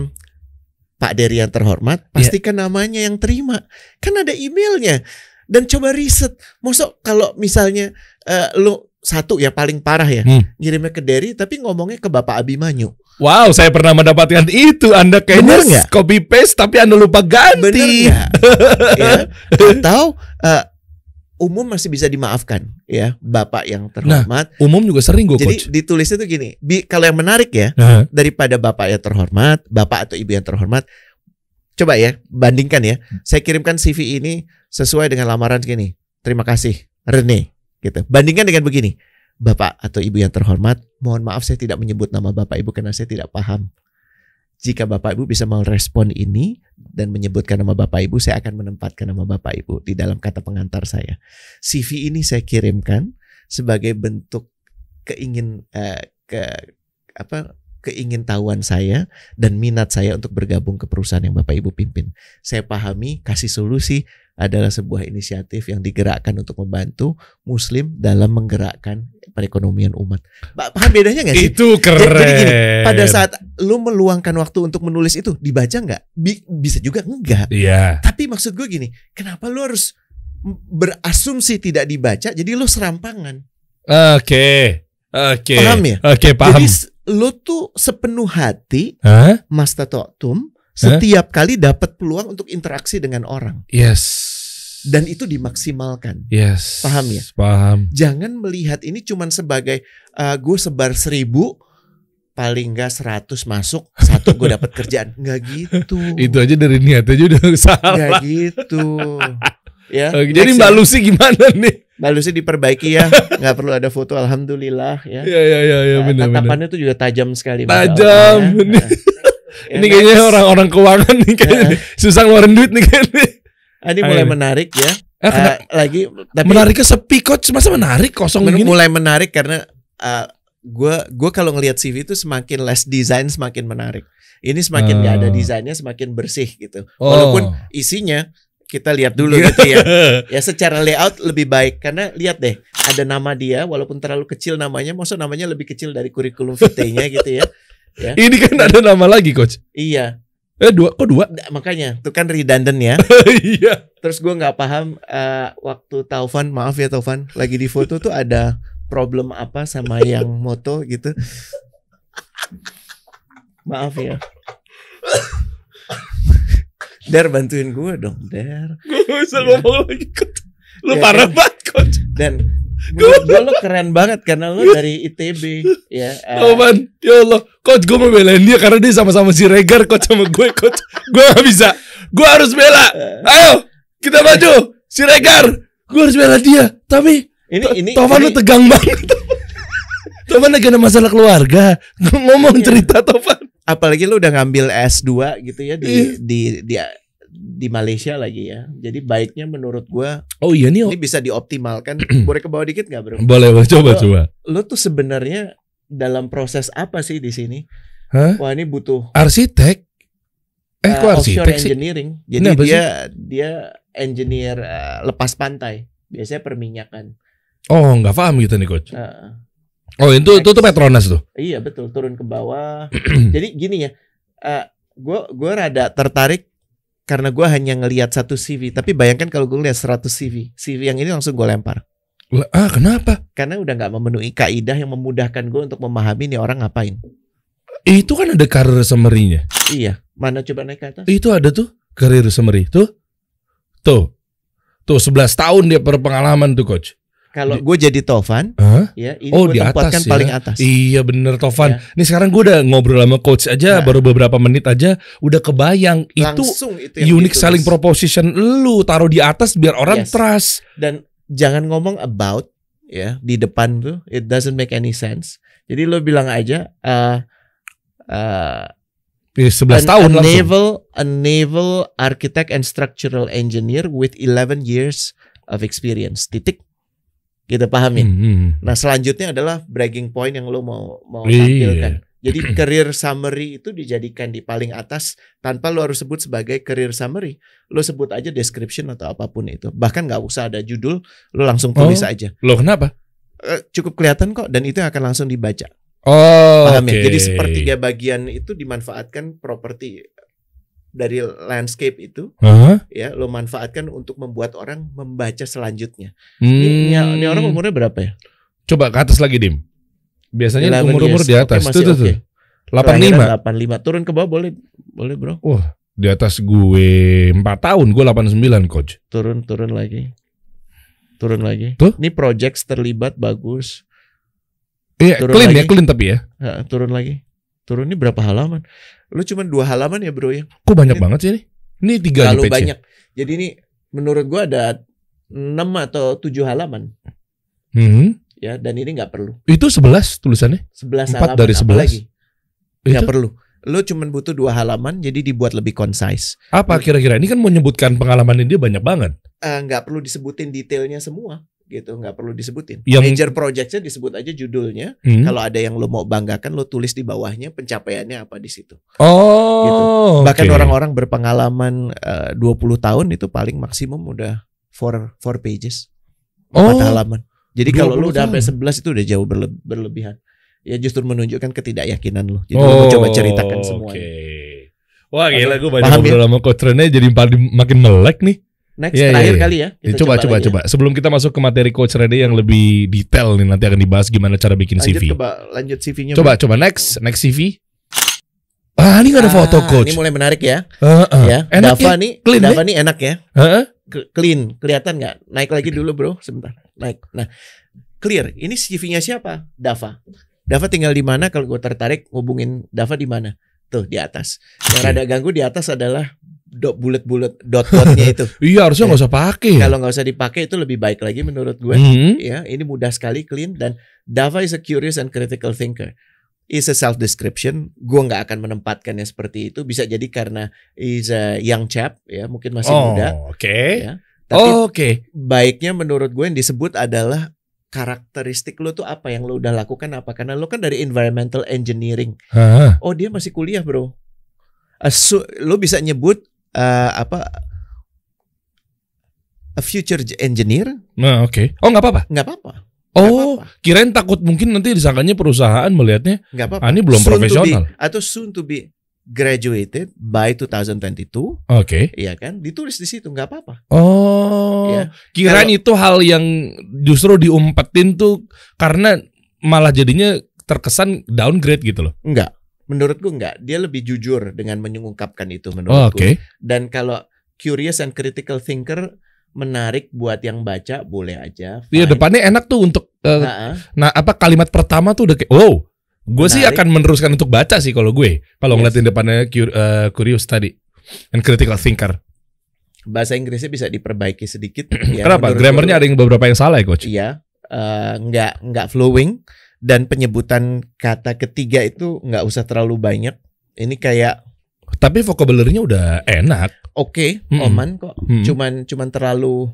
Pak Dery yang terhormat, pastikan namanya yang terima. Kan ada emailnya. Dan coba riset. Maksud kalau misalnya lo satu ya paling parah ya, ngirimnya ke Dery tapi ngomongnya ke Bapak Abimanyu. Wow, saya pernah mendapatkan itu. Anda kayaknya copy paste tapi Anda lupa ganti. Bener ya? Atau umum masih bisa dimaafkan ya, Bapak yang terhormat. Nah, umum juga sering gue Jadi ditulisnya tuh gini, kalau yang menarik ya, daripada Bapak yang terhormat, Bapak atau Ibu yang terhormat, coba ya bandingkan ya. Saya kirimkan CV ini sesuai dengan lamaran segini. Terima kasih Rene gitu. Bandingkan dengan begini. Bapak atau Ibu yang terhormat, mohon maaf saya tidak menyebut nama Bapak Ibu karena saya tidak paham. Jika Bapak Ibu bisa merespon ini dan menyebutkan nama Bapak Ibu, saya akan menempatkan nama Bapak Ibu di dalam kata pengantar saya. CV ini saya kirimkan sebagai bentuk keingintahuan saya dan minat saya untuk bergabung ke perusahaan yang Bapak Ibu pimpin. Saya pahami kasih solusi adalah sebuah inisiatif yang digerakkan untuk membantu Muslim dalam menggerakkan perekonomian umat. Paham bedanya nggak sih? Itu keren. Jadi gini, pada saat lu meluangkan waktu untuk menulis itu, dibaca nggak? Bisa juga enggak. Iya. Tapi maksud gue gini, kenapa lu harus berasumsi tidak dibaca? Jadi lu serampangan. Oke. Paham ya? Oke, paham. Jadi lu tuh sepenuh hati, Mas Tatotum, setiap kali dapat peluang untuk interaksi dengan orang. Yes. Dan itu dimaksimalkan. Yes. Paham ya? Paham. Jangan melihat ini cuman sebagai gue sebar 1000, paling enggak 100 masuk, 1 gue dapat kerjaan. Enggak gitu. Itu aja dari niat aja udah salah. Enggak gitu. Ya. Jadi Mbak Lucy gimana nih? Mbak Lucy diperbaiki ya. Nggak perlu ada foto, alhamdulillah ya. Iya, benar. Tatapannya tuh juga tajam sekali. Tajam. Ya. Ini kayaknya orang-orang keuangan nih kayaknya susah ngeluarin duit nih kayaknya. Ini mulai menarik ya. Lagi tapi menariknya sepi coach, masa menarik kosong gini? Mulai menarik karena gue kalau ngelihat CV itu semakin less design semakin menarik. Ini semakin nggak ada desainnya semakin bersih gitu. Walaupun isinya kita lihat dulu gitu ya. Ya secara layout lebih baik karena lihat deh ada nama dia walaupun terlalu kecil namanya, maksud namanya lebih kecil dari kurikulum vitae-nya gitu ya. Ya. Ini kan ada nama lagi coach. Iya. Kok dua? Makanya itu kan redundant ya. Iya. Terus gue nggak paham waktu Taufan, maaf ya Taufan, lagi di foto tuh ada problem apa sama yang moto gitu. Maaf ya. Der bantuin gue dong, Der. Gue gak bisa ngomong lagi coach. Lu parah banget coach. Dan gue lo keren banget karena lo dari ITB ya. Man, ya Allah, coach gue mau belain dia karena dia sama-sama si Regar coach sama gue coach. Gue gak bisa, gue harus bela. Ayo kita maju, si Regar, gue harus bela dia. Tapi ini Tovan lu tegang banget. Tovan lagi ada masalah keluarga. Ngomong cerita Tovan. Apalagi lu udah ngambil S2 gitu ya di Malaysia lagi ya. Jadi baiknya menurut gua ini bisa dioptimalkan. Boleh ke bawah dikit nggak bro? Boleh coba. Lo tuh sebenarnya dalam proses apa sih di sini? Wah ini butuh arsitek. Kok offshore arsitek engineering. Jadi dia engineer lepas pantai. Biasanya perminyakan. Oh nggak paham gitu nih coach. Itu tuh Petronas tuh. Iya betul, turun ke bawah. Jadi gini ya, gue rada tertarik karena gue hanya ngelihat satu CV. Tapi bayangkan kalau gue lihat 100 CV yang ini langsung gue lempar. Kenapa? Karena udah nggak memenuhi kaidah yang memudahkan gue untuk memahami nih orang ngapain. Itu kan ada career summary-nya. Iya, mana coba naik ke atas? Itu ada tuh career summary tuh 11 tahun dia berpengalaman tuh coach. Kalau gue jadi Tovan, ya ini di tempatkan atas paling atas. Iya bener Tovan. Nih sekarang gue udah ngobrol sama coach aja baru beberapa menit aja udah kebayang langsung itu unique selling proposition lu taruh di atas biar orang trust. Dan jangan ngomong about ya di depan tuh, it doesn't make any sense. Jadi lu bilang aja 11 tahun langsung. A naval architect and structural engineer with 11 years of experience. Titik. Gitu paham ya? Nah selanjutnya adalah bragging point yang lo mau tampilkan. Jadi career summary itu dijadikan di paling atas tanpa lo harus sebut sebagai career summary. Lo sebut aja description atau apapun itu. Bahkan nggak usah ada judul, lo langsung tulis aja. Lo kenapa? Cukup kelihatan kok dan itu akan langsung dibaca. Paham ya? Jadi sepertiga bagian itu dimanfaatkan properti dari landscape itu, ya lo manfaatkan untuk membuat orang membaca selanjutnya. Ini orang umurnya berapa ya? Coba ke atas lagi Dim. Biasanya umur di atas. Tuh. 85. 85. Turun ke bawah boleh bro. Wah, di atas gue 4 tahun, gue 89 coach. Turun lagi. Tuh? Ini project terlibat bagus. Iya, clean tapi ya. Turun lagi. Turun ini berapa halaman? Lu cuma 2 halaman ya bro ya? Kok banyak banget sih ini? Ini 3 terlalu banyak. Jadi ini menurut gua ada 6 atau 7 halaman. Ya, dan ini nggak perlu. Itu 11 tulisannya? 11 4 halaman. dari 11? Lagi? Nggak perlu. Lu cuma butuh 2 halaman, jadi dibuat lebih concise. Apa kira-kira? Ini kan menyebutkan pengalaman dia banyak banget. Nggak perlu disebutin detailnya semua. Gitu, nggak perlu disebutin. Yang major projectnya disebut aja judulnya. Kalau ada yang lo mau banggakan, lo tulis di bawahnya pencapaiannya apa di situ. Gitu. Bahkan orang-orang berpengalaman 20 tahun itu paling maksimum udah 4 pages, 4 halaman. Jadi kalau lo udah sampai 11 itu udah jauh berlebihan. Ya justru menunjukkan ketidakyakinan lo. Jadi lo mau coba ceritakan semuanya. Wah gila, gue banyak ngobrol sama Coach Rene jadi makin melek nih. Next terakhir kali ya. Coba. Sebelum kita masuk ke materi Coach Rene yang lebih detail nih, nanti akan dibahas gimana cara bikin CV. Lanjut CV-nya. Coba next CV. Ini gak ada foto Coach. Ini mulai menarik ya. Ya. Enak Dava nih, clean, Dava nih enak ya. Clean, kelihatan nggak? Naik lagi dulu bro, sebentar. Naik. Nah, clear. Ini CV-nya siapa? Dava tinggal di mana? Kalau gue tertarik, hubungin Dava di mana? Tuh di atas. Yang rada ganggu di atas adalah bulat-bulat dot-dotnya itu. Iya, harusnya nggak usah pakai. Kalau nggak usah dipakai itu lebih baik lagi menurut gue. Ya, ini mudah sekali, clean, dan Dava is a curious and critical thinker. Is a self description. Gue nggak akan menempatkannya seperti itu. Bisa jadi karena is a young chap, ya mungkin masih muda. Ya. Tapi baiknya menurut gue yang disebut adalah karakteristik lo tuh apa yang lo udah lakukan apa, karena lo kan dari environmental engineering. Oh dia masih kuliah bro. Lo bisa nyebut a future engineer. Nah, oh nggak apa-apa. Kirain takut mungkin nanti disangkanya perusahaan melihatnya. Nggak apa-apa. Ini belum profesional. Atau soon to be graduated by 2022. Iya kan? Ditulis di situ nggak apa-apa. Ya. Kirain itu hal yang justru diumpetin tuh karena malah jadinya terkesan downgrade gitu loh. Enggak. Menurutku enggak, dia lebih jujur dengan mengungkapkan itu menurutku. Dan kalau curious and critical thinker menarik buat yang baca, boleh aja. Iya, depannya enak tuh untuk kalimat pertama tuh udah kayak gue sih akan meneruskan untuk baca sih kalau gue. Kalau ngeliatin depannya curious tadi and critical thinker. Bahasa Inggrisnya bisa diperbaiki sedikit. Kenapa? Grammarnya ada yang beberapa yang salah ya coach? Iya, enggak flowing. Dan penyebutan kata ketiga itu nggak usah terlalu banyak. Ini kayak. Tapi vocabulary-nya udah enak. Oman kok. Cuman terlalu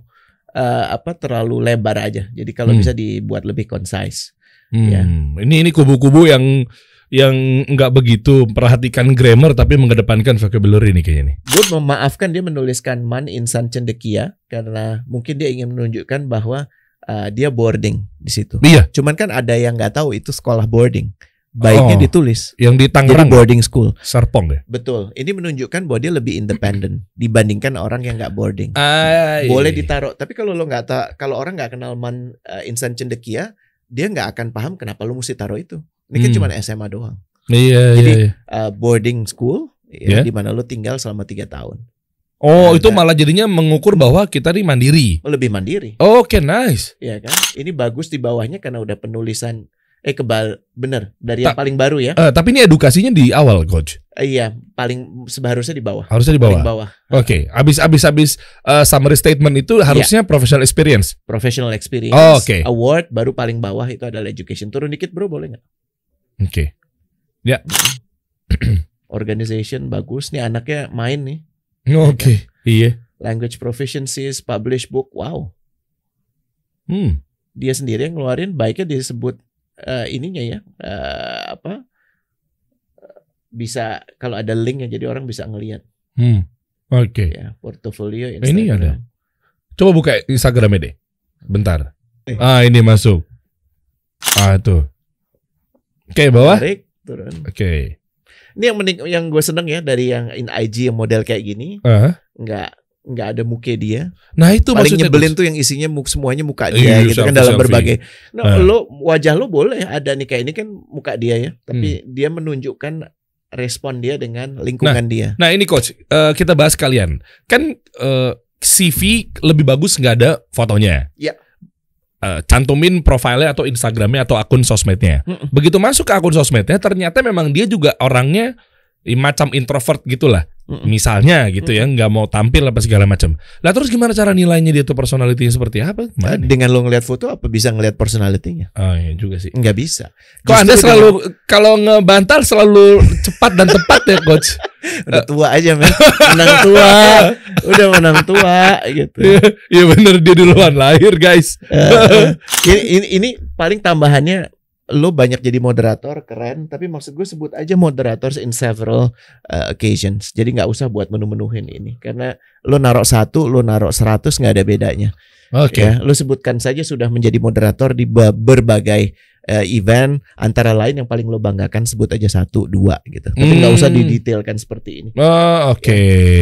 terlalu lebar aja. Jadi kalau bisa dibuat lebih concise. Ya. Ini kubu-kubu yang nggak begitu perhatikan grammar tapi mengedepankan vocabulary nih kayaknya nih. Gue memaafkan dia menuliskan Man Insan Cendekia karena mungkin dia ingin menunjukkan bahwa dia boarding di situ. Iya. Cuman kan ada yang nggak tahu itu sekolah boarding. Baiknya ditulis. Yang di Tangerang. Jadi boarding school. Serpong ya. Betul. Ini menunjukkan bahwa dia lebih independen dibandingkan orang yang nggak boarding. Boleh ditaruh. Tapi kalau lo kalau orang nggak kenal Man Insan Cendekia, dia nggak akan paham kenapa lo mesti taruh itu. Ini kan cuma SMA doang. Jadi boarding school, di mana lo tinggal selama 3 tahun. Itu malah jadinya mengukur bahwa kita nih mandiri. Lebih mandiri. Nice. Iya kan? Ini bagus di bawahnya karena udah penulisan bener dari yang paling baru ya. Tapi ini edukasinya di awal coach. Iya, paling seharusnya di bawah. Harusnya di bawah. Paling bawah. Abis summary statement itu harusnya professional experience. Professional experience. Award baru paling bawah itu adalah education. Turun dikit bro, boleh nggak? Ya. Organization bagus nih, anaknya main nih. Iya. Language proficiencies, publish book, wow. Dia sendiri yang ngeluarin, baiknya disebut ininya ya, bisa kalau ada linknya jadi orang bisa ngelihat. Ya, portofolio Instagram. Ini ada. Coba buka Instagramnya deh. Bentar. Ini masuk. Tuh. Bawah. Tarik, turun. Ini yang gue seneng ya dari yang in IG yang model kayak gini, nggak ada muka dia. Nah itu paling nyebelin tuh yang isinya semuanya muka dia gitu kan, dalam berbagai. Lo wajah lo boleh ada nih kayak ini kan muka dia ya, tapi dia menunjukkan respon dia dengan lingkungan dia. Nah ini coach, kita bahas kalian kan CV lebih bagus nggak ada fotonya. Ya. Cantumin profilnya atau Instagramnya atau akun sosmednya. Begitu masuk ke akun sosmednya, ternyata memang dia juga orangnya macam introvert gitulah. Misalnya gitu ya, nggak mau tampil apa segala macam. Lah terus gimana cara nilainya dia tuh personality seperti apa? Dengan lo ngeliat foto apa bisa ngeliat personality-nya? Oh iya juga sih. Nggak bisa. Kok Anda selalu kalau ngebantal selalu cepat dan tepat ya coach? Udah tua aja men. Menang tua. Udah menang tua gitu. Iya bener, dia duluan lahir guys. Ini paling tambahannya, lo banyak jadi moderator keren, tapi maksud gue sebut aja moderators in several occasions. Jadi nggak usah buat menu-menuhin ini, karena lo narok 1, lo narok 100 nggak ada bedanya. Oke. Ya, lo sebutkan saja sudah menjadi moderator di berbagai event, antara lain yang paling lo banggakan sebut aja 1, 2 gitu. Tapi nggak usah didetailkan seperti ini. Oke.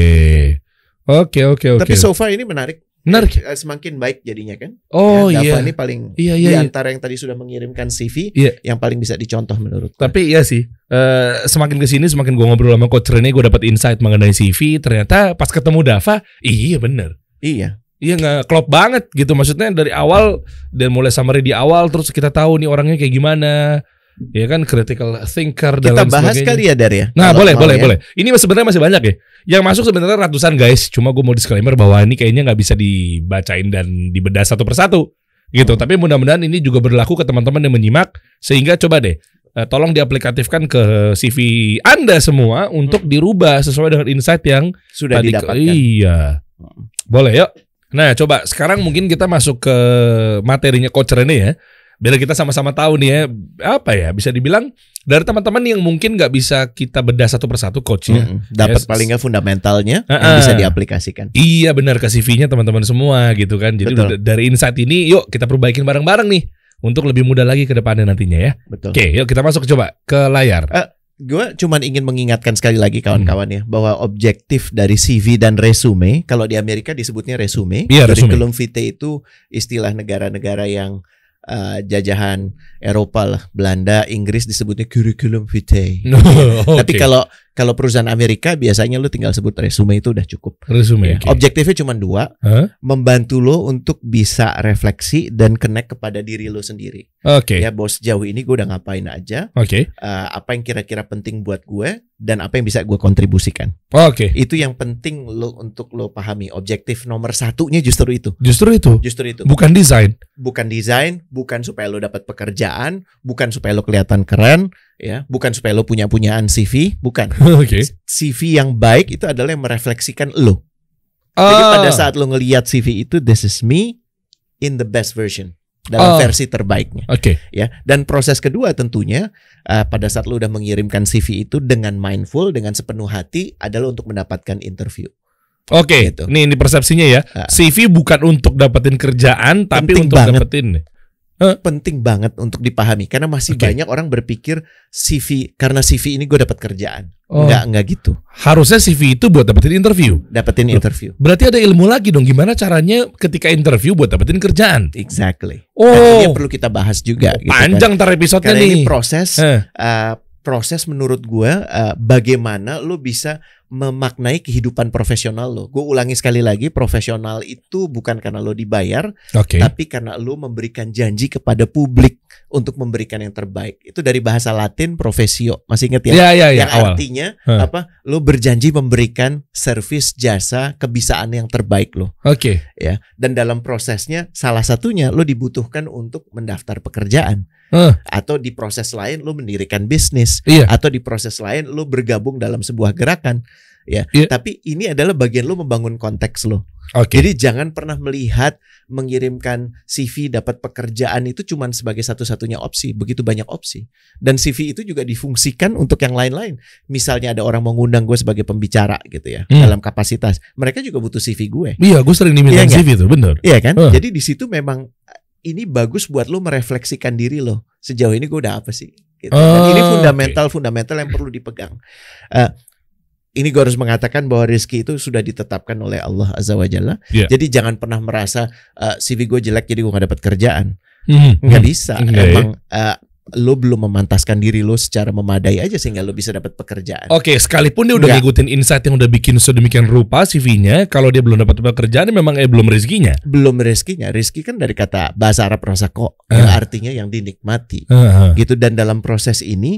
Tapi so far ini menarik. Semakin baik jadinya kan. Oh ya, iya. Dava ini paling di antara yang tadi sudah mengirimkan CV yang paling bisa dicontoh menurut gue. Tapi iya sih, semakin kesini semakin gue ngobrol sama Coach Rene, gue dapat insight mengenai CV. Ternyata pas ketemu Dava, iya bener. Iya nggak klop banget gitu. Maksudnya dari awal, dan mulai summary di awal, terus kita tahu nih orangnya kayak gimana. Ya kan, critical thinker dan kita bahas kali ya Dar ya. Nah boleh. Ini sebenarnya masih banyak ya. Yang masuk sebenarnya ratusan guys. Cuma gue mau disclaimer bahwa ini kayaknya nggak bisa dibacain dan dibedah satu persatu gitu. Tapi mudah-mudahan ini juga berlaku ke teman-teman yang menyimak. Sehingga coba deh, tolong diaplikatifkan ke CV Anda semua untuk dirubah sesuai dengan insight yang sudah didapatkan. Iya. Boleh yuk. Nah coba sekarang mungkin kita masuk ke materinya Coach Rene ya. Biar kita sama-sama tahu nih ya, apa ya, bisa dibilang dari teman-teman yang mungkin nggak bisa kita bedah satu persatu coachnya, dapat paling nggak fundamentalnya yang bisa diaplikasikan. Iya benar, ke CV-nya teman-teman semua gitu kan. Jadi dari insight ini yuk kita perbaikin bareng-bareng nih untuk lebih mudah lagi ke depannya nantinya ya. Betul. Oke, yuk kita masuk coba ke layar. Gue cuman ingin mengingatkan sekali lagi kawan-kawan ya, bahwa objektif dari CV dan resume, kalau di Amerika disebutnya resume, curriculum vitae itu istilah negara-negara yang jajahan Eropa lah, Belanda, Inggris disebutnya curriculum vitae. Tapi kalau perusahaan Amerika biasanya lu tinggal sebut resume, itu udah cukup. Resume. Ya. Objektifnya cuma 2, membantu lo untuk bisa refleksi dan connect kepada diri lo sendiri. Ya bos, sejauh ini gue udah ngapain aja. Apa yang kira-kira penting buat gue dan apa yang bisa gue kontribusikan. Itu yang penting lo untuk lo pahami. Objektif nomor 1-nya justru itu. Justru itu. Bukan desain. Bukan supaya lo dapat pekerjaan, bukan supaya lo kelihatan keren, ya, bukan supaya lo punyaan CV, bukan. CV yang baik itu adalah yang merefleksikan lo. Jadi pada saat lo ngelihat CV itu, this is me in the best version, dalam versi terbaiknya. Ya, dan proses kedua tentunya pada saat lo udah mengirimkan CV itu dengan mindful, dengan sepenuh hati, adalah untuk mendapatkan interview. Gitu. Ini persepsinya ya. CV bukan untuk dapetin kerjaan, tapi untuk dapetin. Penting banget untuk dipahami, karena masih banyak orang berpikir CV, karena CV ini gue dapat kerjaan. Enggak gitu. Harusnya CV itu buat dapetin interview. Berarti ada ilmu lagi dong, gimana caranya ketika interview buat dapetin kerjaan. Exactly. Ini yang perlu kita bahas juga. Panjang ntar episode-nya nih. Ini proses menurut gue, bagaimana lo bisa memaknai kehidupan profesional lo. Gue ulangi sekali lagi, profesional itu bukan karena lo dibayar, tapi karena lo memberikan janji kepada publik untuk memberikan yang terbaik. Itu dari bahasa Latin profesio, masih ingat ya? Yang awal. Artinya apa? Lo berjanji memberikan servis, jasa, kebisaan yang terbaik lo. Ya. Dan dalam prosesnya salah satunya lo dibutuhkan untuk mendaftar pekerjaan. Atau di proses lain lo mendirikan bisnis, atau di proses lain lo bergabung dalam sebuah gerakan, ya. Tapi ini adalah bagian lo membangun konteks lo. Jadi jangan pernah melihat mengirimkan CV dapat pekerjaan itu cuma sebagai satu-satunya opsi. Begitu banyak opsi. Dan CV itu juga difungsikan untuk yang lain-lain. Misalnya ada orang mau ngundang gue sebagai pembicara gitu ya, dalam kapasitas. Mereka juga butuh CV gue. Iya, gue sering diminta CV itu, benar. Iya kan? Jadi di situ memang ini bagus buat lo merefleksikan diri lo. Sejauh ini gue udah apa sih? Gitu. Dan ini fundamental yang perlu dipegang. ini gue harus mengatakan bahwa rezeki itu sudah ditetapkan oleh Allah Azza wa Jalla. Jadi jangan pernah merasa CV gue jelek jadi gue gak dapat kerjaan. Nggak bisa. Emang lo belum memantaskan diri lo secara memadai aja sehingga lo bisa dapat pekerjaan. Oke, sekalipun dia udah ngikutin insight yang udah bikin sedemikian rupa CV-nya, kalau dia belum dapat pekerjaan memang belum rezekinya. Belum rezekinya. Rezeki kan dari kata bahasa Arab razaqo yang artinya yang dinikmati. Gitu, dan dalam proses ini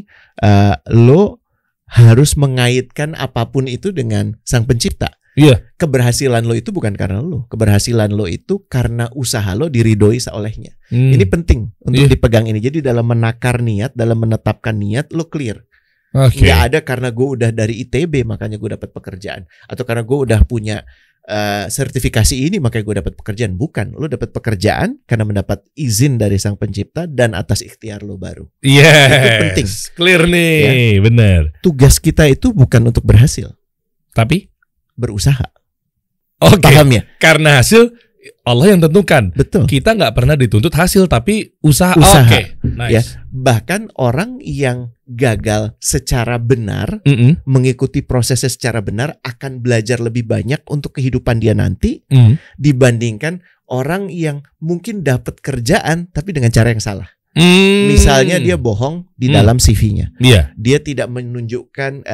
lo harus mengaitkan apapun itu dengan Sang Pencipta. Keberhasilan lo itu bukan karena lo. Keberhasilan lo itu karena usaha lo diridhoi olehnya. Ini penting untuk dipegang ini. Jadi dalam menakar niat, dalam menetapkan niat, lo clear. Nggak ada karena gue udah dari ITB makanya gue dapat pekerjaan, atau karena gue udah punya sertifikasi ini makanya gue dapat pekerjaan. Bukan, lo dapat pekerjaan karena mendapat izin dari Sang Pencipta dan atas ikhtiar lo baru. Itu penting. Clear nih, benar. Tugas kita itu bukan untuk berhasil, tapi berusaha. Paham ya? Karena hasil Allah yang tentukan. Betul. Kita nggak pernah dituntut hasil, tapi usaha. Nice. Ya, bahkan orang yang gagal secara benar, mengikuti prosesnya secara benar, akan belajar lebih banyak untuk kehidupan dia nanti dibandingkan orang yang mungkin dapat kerjaan tapi dengan cara yang salah. Misalnya dia bohong di dalam CV-nya. Dia tidak menunjukkan,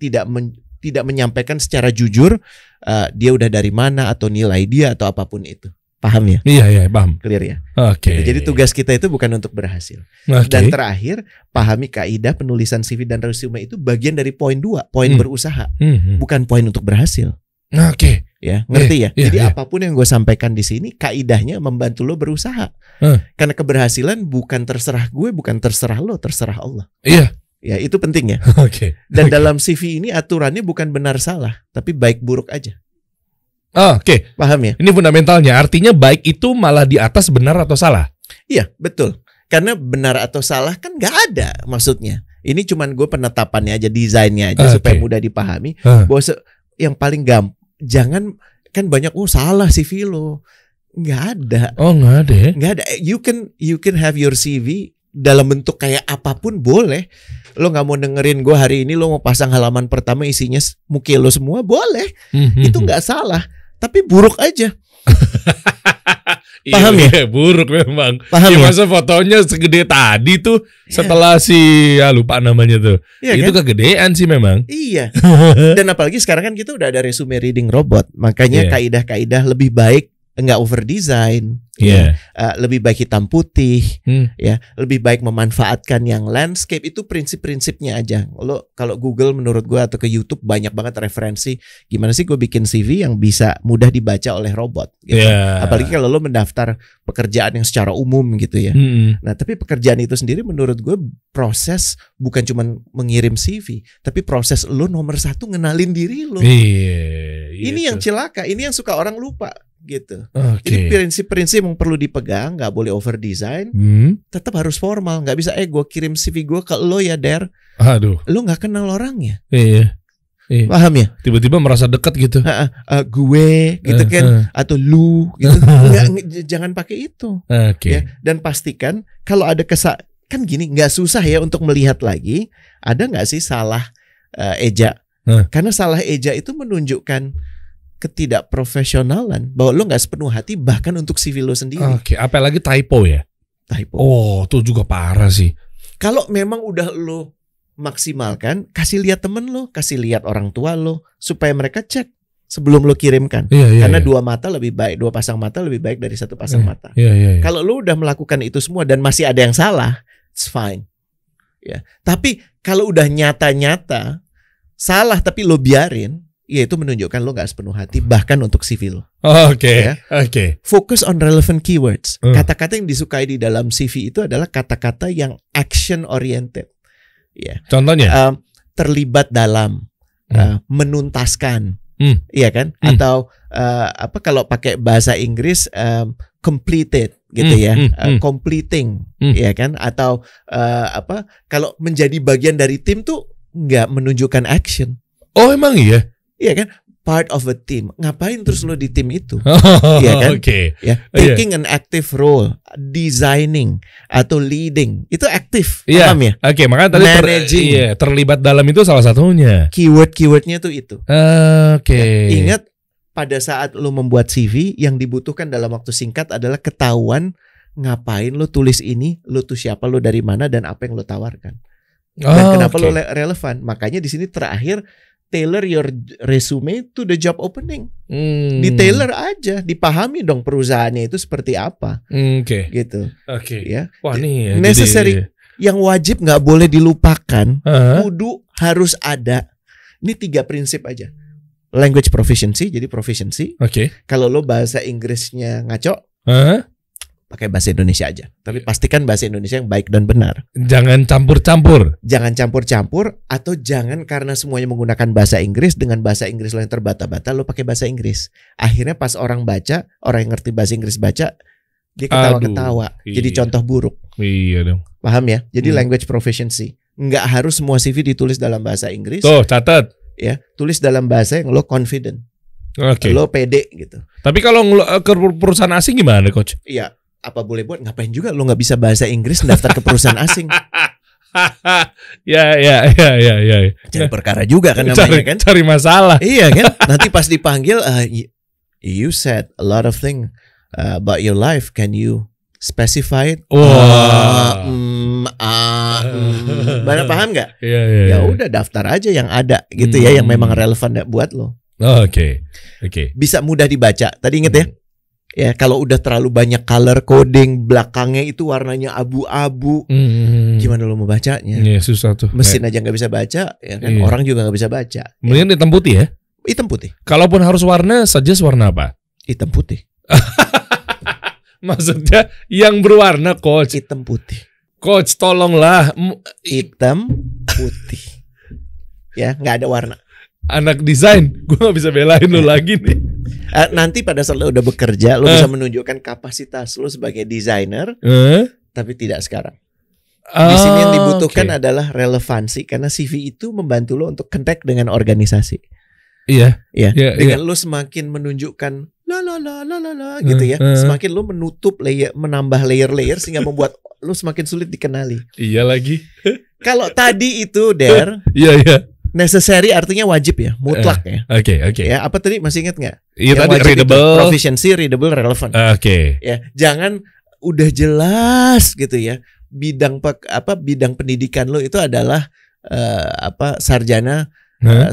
tidak menyampaikan secara jujur dia udah dari mana atau nilai dia atau apapun itu. Paham ya? Iya, paham. Clear ya? Oke. Jadi tugas kita itu bukan untuk berhasil. Dan terakhir, pahami kaidah penulisan CV dan resume itu bagian dari poin 2, poin berusaha. Bukan poin untuk berhasil. Oke. Ya, ngerti ya? Jadi apapun yang gue sampaikan di sini, kaidahnya membantu lo berusaha. Karena keberhasilan bukan terserah gue, bukan terserah lo, terserah Allah. Ya, itu penting ya. Dan dalam CV ini aturannya bukan benar salah, tapi baik buruk aja. Paham ya? Ini fundamentalnya. Artinya baik itu malah di atas benar atau salah. Iya, betul. Karena benar atau salah kan nggak ada maksudnya. Ini cuman gue penetapannya aja, desainnya aja supaya mudah dipahami. Bahwa yang paling jangan kan banyak salah CV lo. Nggak ada. Nggak ada. Nggak ada. You can have your CV dalam bentuk kayak apapun boleh. Lo nggak mau dengerin gue hari ini, lo mau pasang halaman pertama isinya muka lo semua, boleh. Itu nggak salah. Tapi buruk aja. Paham ya? Buruk memang. Paham ya? Masa fotonya segede tadi tuh setelah lupa namanya tuh. Itu kan? Kegedean sih memang. Iya. Dan apalagi sekarang kan kita udah ada resume reading robot. Makanya kaidah-kaidah lebih baik enggak over design. Lebih baik hitam putih, ya, lebih baik memanfaatkan yang landscape. Itu prinsip-prinsipnya aja. Lo kalau Google menurut gue atau ke YouTube banyak banget referensi gimana sih gue bikin CV yang bisa mudah dibaca oleh robot gitu. Apalagi kalau lo mendaftar pekerjaan yang secara umum gitu ya. Nah, tapi pekerjaan itu sendiri menurut gue proses bukan cuma mengirim CV, tapi proses lo nomor 1 ngenalin diri lo. Ini yang celaka, ini yang suka orang lupa gitu. Jadi prinsip-prinsip yang perlu dipegang, nggak boleh over design, tetap harus formal. Nggak bisa gue kirim CV gue ke lo ya Der, lo nggak kenal orangnya. Paham ya? Tiba-tiba merasa dekat gitu. Gue gitu kan, atau lu gitu. Jangan pakai itu. Ya, dan pastikan kalau ada kan gini, nggak susah ya untuk melihat lagi ada nggak sih salah eja. Karena salah eja itu menunjukkan ketidakprofesionalan, bahwa lo nggak sepenuh hati bahkan untuk CV lo sendiri. Apalagi typo ya. Typo. Itu juga parah sih. Kalau memang udah lo maksimalkan, kasih lihat temen lo, kasih lihat orang tua lo, supaya mereka cek sebelum lo kirimkan. Karena dua pasang mata lebih baik dari satu pasang mata. Kalau lo udah melakukan itu semua dan masih ada yang salah, it's fine. Ya. Tapi kalau udah nyata-nyata salah tapi lo biarin, ya itu menunjukkan lo gak sepenuh hati bahkan untuk CV lo. Fokus on relevant keywords. Kata-kata yang disukai di dalam CV itu adalah kata-kata yang action oriented. Contohnya? Terlibat dalam, menuntaskan, iya kan? Atau kalau pakai bahasa Inggris completed gitu ya, completing, iya kan? Atau kalau menjadi bagian dari tim tuh nggak menunjukkan action. Emang iya? Iya kan? part of a team. Ngapain terus lo di tim itu? Oh, Iya kan? Oke. Ya, taking an active role, designing atau leading itu aktif, Iya. paham ya? Oke, makanya tadi Managing. terlibat dalam itu salah satunya. Keyword-keywordnya tuh itu. Oke. Ya, ingat pada saat lo membuat CV yang dibutuhkan dalam waktu singkat adalah ketahuan ngapain lo tulis ini, lo tuh siapa, lo dari mana dan apa yang lo tawarkan. Dan kenapa lo relevan? Makanya di sini terakhir tailor your resume to the job opening. Di tailor aja, dipahami dong perusahaannya itu seperti apa. Oke. Gitu. Oke. Ya. Wah, nih necessary yang wajib nggak boleh dilupakan. Kudu harus ada. Ini 3 prinsip aja. Language proficiency, jadi proficiency. Oke. Kalau lo bahasa Inggrisnya ngaco, pakai bahasa Indonesia aja. Tapi pastikan bahasa Indonesia yang baik dan benar. Jangan campur-campur. Jangan campur-campur atau jangan karena semuanya menggunakan bahasa Inggris dengan bahasa Inggris lo yang terbata-bata lo pakai bahasa Inggris. Akhirnya pas orang baca, orang yang ngerti bahasa Inggris baca, dia ketawa-ketawa. Jadi contoh buruk. Iya dong. Paham ya? Jadi language proficiency. Nggak harus semua CV ditulis dalam bahasa Inggris. Tuh, catat. Ya, tulis dalam bahasa yang lo confident. Oke. Lo pede gitu. Tapi kalau ke perusahaan asing gimana, Coach? Iya. Apa boleh buat, ngapain juga lo nggak bisa bahasa Inggris daftar ke perusahaan asing. Ya. Cari perkara juga kan namanya kan. Cari masalah. Iya kan. Nanti pas dipanggil, you said a lot of things about your life. Can you specify it? Mana paham nggak? Iya. Ya udah daftar aja yang ada gitu ya, yang memang relevan buat lo. Oke. Bisa mudah dibaca. Tadi inget ya? Ya, kalau udah terlalu banyak color coding, belakangnya itu warnanya abu-abu, gimana lo mau bacanya? Iya, susah tuh. Mesin aja nggak bisa baca, ya kan? Iya. Orang juga nggak bisa baca. Mendingan hitam putih ya? Hitam putih. Kalaupun harus warna, suggest warna apa? Hitam putih. Maksudnya yang berwarna, Coach. Hitam putih. Coach, tolonglah. Hitam putih. Ya, nggak ada warna. Anak desain, gue nggak bisa belain lo lagi nih. Nanti pada saat lo udah bekerja, lo bisa menunjukkan kapasitas lo sebagai desainer, tapi tidak sekarang. Di sini yang dibutuhkan adalah relevansi, karena CV itu membantu lo untuk connect dengan organisasi. Iya. Dengan lo semakin menunjukkan la gitu ya, semakin lo menutup layer, menambah layer sehingga membuat lo semakin sulit dikenali. Iya lagi. Kalau tadi itu Iya. Necessary artinya wajib ya, mutlak ya. Oke. Ya, apa tadi masih ingat nggak? Iya tadi readable, itu, proficiency, readable, relevant. Oke. Ya, jangan udah jelas gitu ya. Bidang pendidikan lo itu adalah sarjana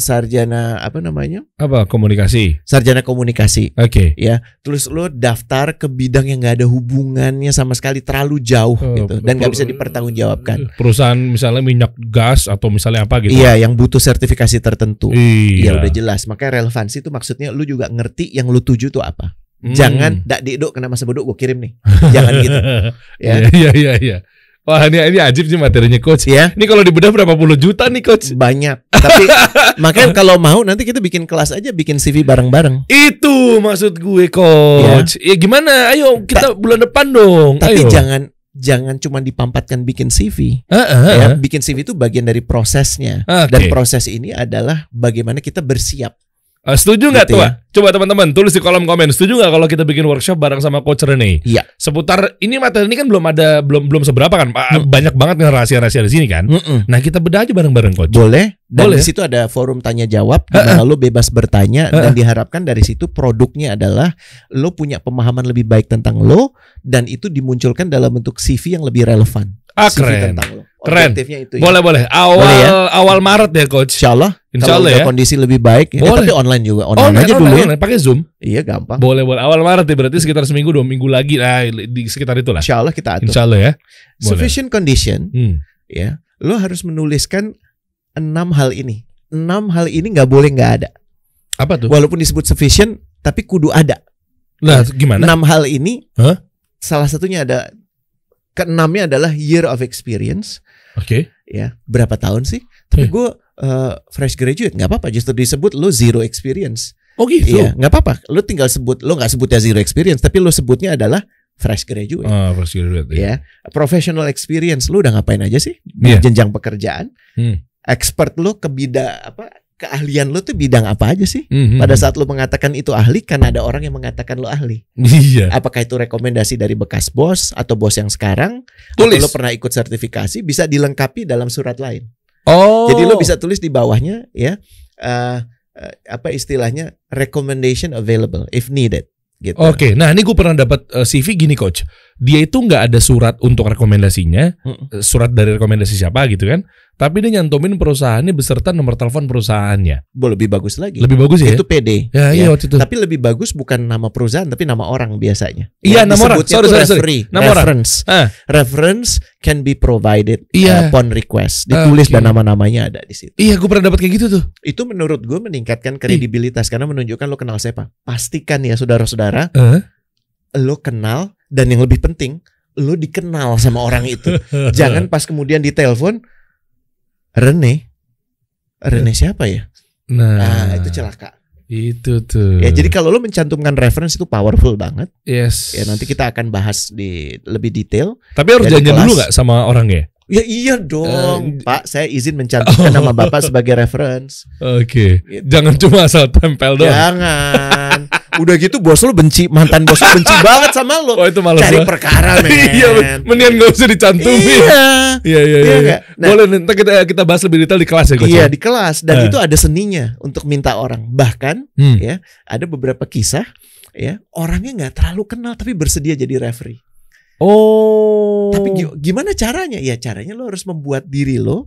apa namanya? Apa? Komunikasi. Sarjana komunikasi. Oke. Ya, terus lo daftar ke bidang yang nggak ada hubungannya sama sekali, terlalu jauh gitu, dan nggak bisa dipertanggungjawabkan. Perusahaan misalnya minyak gas atau misalnya apa gitu. Iya, yang butuh sertifikasi tertentu. Iya, udah jelas. Makanya relevansi itu maksudnya lo juga ngerti yang lo tuju tuh apa. Jangan dak diduk kena masa bodoh gue kirim nih. Jangan gitu. Ya. Iya. Wah, ini ajib sih materinya, Coach. Ya. Ini kalau dibedah berapa puluh juta nih, Coach? Banyak. Tapi makanya kalau mau nanti kita bikin kelas aja, bikin CV bareng-bareng. Itu maksud gue, Coach. Ya gimana? Ayo kita bulan depan dong. Tapi jangan cuma dipampatkan bikin CV. Ya, bikin CV itu bagian dari prosesnya. Dan proses ini adalah bagaimana kita bersiap. Setuju nggak gitu tuh? ya? Coba teman-teman tulis di kolom komen. Setuju nggak kalau kita bikin workshop bareng sama Coach Rene? Iya. Seputar ini materi ini kan belum seberapa kan? Banyak banget nih rahasia-rahasia di sini kan. Nah kita bedah aja bareng-bareng, Coach. Boleh. Dan Boleh. di situ ada forum tanya jawab di mana lo bebas bertanya dan diharapkan dari situ produknya adalah lo punya pemahaman lebih baik tentang lo dan itu dimunculkan dalam bentuk CV yang lebih relevan. CV Keren. tentang lo. Keren. Itu ya. Boleh. Awal Maret ya, Coach. Insyaallah. Kalau ya. kondisi lebih baik ya. Tapi online juga. Online aja dulu ya. Pakai Zoom. Iya, gampang. Boleh. Awal Maret ya, berarti sekitar seminggu 2 minggu lagi lah, di sekitar itulah. Insyaallah kita atur. Insyaallah ya. Boleh. Sufficient condition. Ya. Lo harus menuliskan 6 hal ini. 6 hal ini nggak boleh nggak ada. Apa tuh? Walaupun disebut sufficient, tapi kudu ada. Nah, gimana? 6 hal ini. Salah satunya ada. Keenamnya adalah year of experience. Oke. Ya, berapa tahun sih? Tapi gue fresh graduate, nggak apa-apa. Justru disebut lo zero experience. Oh gitu. Iya, nggak apa-apa. Lo tinggal sebut, lo nggak sebutnya zero experience, tapi lo sebutnya adalah fresh graduate. Fresh graduate. Ya, professional experience. Lo udah ngapain aja sih? Yeah. Jenjang pekerjaan. Expert lo ke bidang apa? keahlian lo tuh bidang apa aja sih? Pada saat lo mengatakan itu ahli, kan ada orang yang mengatakan lo ahli. Iya. Apakah itu rekomendasi dari bekas bos atau bos yang sekarang? Tulis. Atau lo pernah ikut sertifikasi, bisa dilengkapi dalam surat lain. Oh. Jadi lo bisa tulis di bawahnya ya, apa istilahnya, recommendation available if needed. Gitu. Oke, nah ini gue pernah dapat CV gini coach. Dia itu nggak ada surat untuk rekomendasinya, surat dari rekomendasi siapa gitu kan. Tapi dia nyantumin perusahaannya beserta nomor telepon perusahaannya. Lebih bagus lagi. Lebih bagus ya? Itu PD. Ya, iya waktu itu. Tapi lebih bagus bukan nama perusahaan tapi nama orang biasanya. Iya, nama orang. Sorry. Nama reference. Reference can be provided upon request. Ditulis dan nama-namanya ada di situ. Iya, gue pernah dapat kayak gitu tuh. Itu menurut gue meningkatkan kredibilitas karena menunjukkan lo kenal siapa. Pastikan ya saudara-saudara, lo kenal, dan yang lebih penting, lo dikenal sama orang itu. Jangan pas kemudian ditelepon, Rene siapa ya? Nah, itu celaka. Itu tuh. Ya, jadi kalau lo mencantumkan reference itu powerful banget. Yes. Ya, nanti kita akan bahas di lebih detail. Tapi harus janjian dulu nggak sama orangnya? Ya iya dong, Pak. Saya izin mencantumkan nama Bapak sebagai reference. Oke. Gitu. Jangan cuma asal tempel doang. Jangan. Udah gitu bos lo benci, mantan bos lo benci banget sama lo. Oh, itu malas. Cari perkara, men. Iya, mendingan gak usah dicantumin. Iya. Boleh nanti kita bahas lebih detail di kelas ya, coach. Iya, di kelas, dan itu ada seninya untuk minta orang. Bahkan ya, ada beberapa kisah ya, orangnya nggak terlalu kenal tapi bersedia jadi referee. Oh. Tapi gimana caranya? Ya caranya lo harus membuat diri lo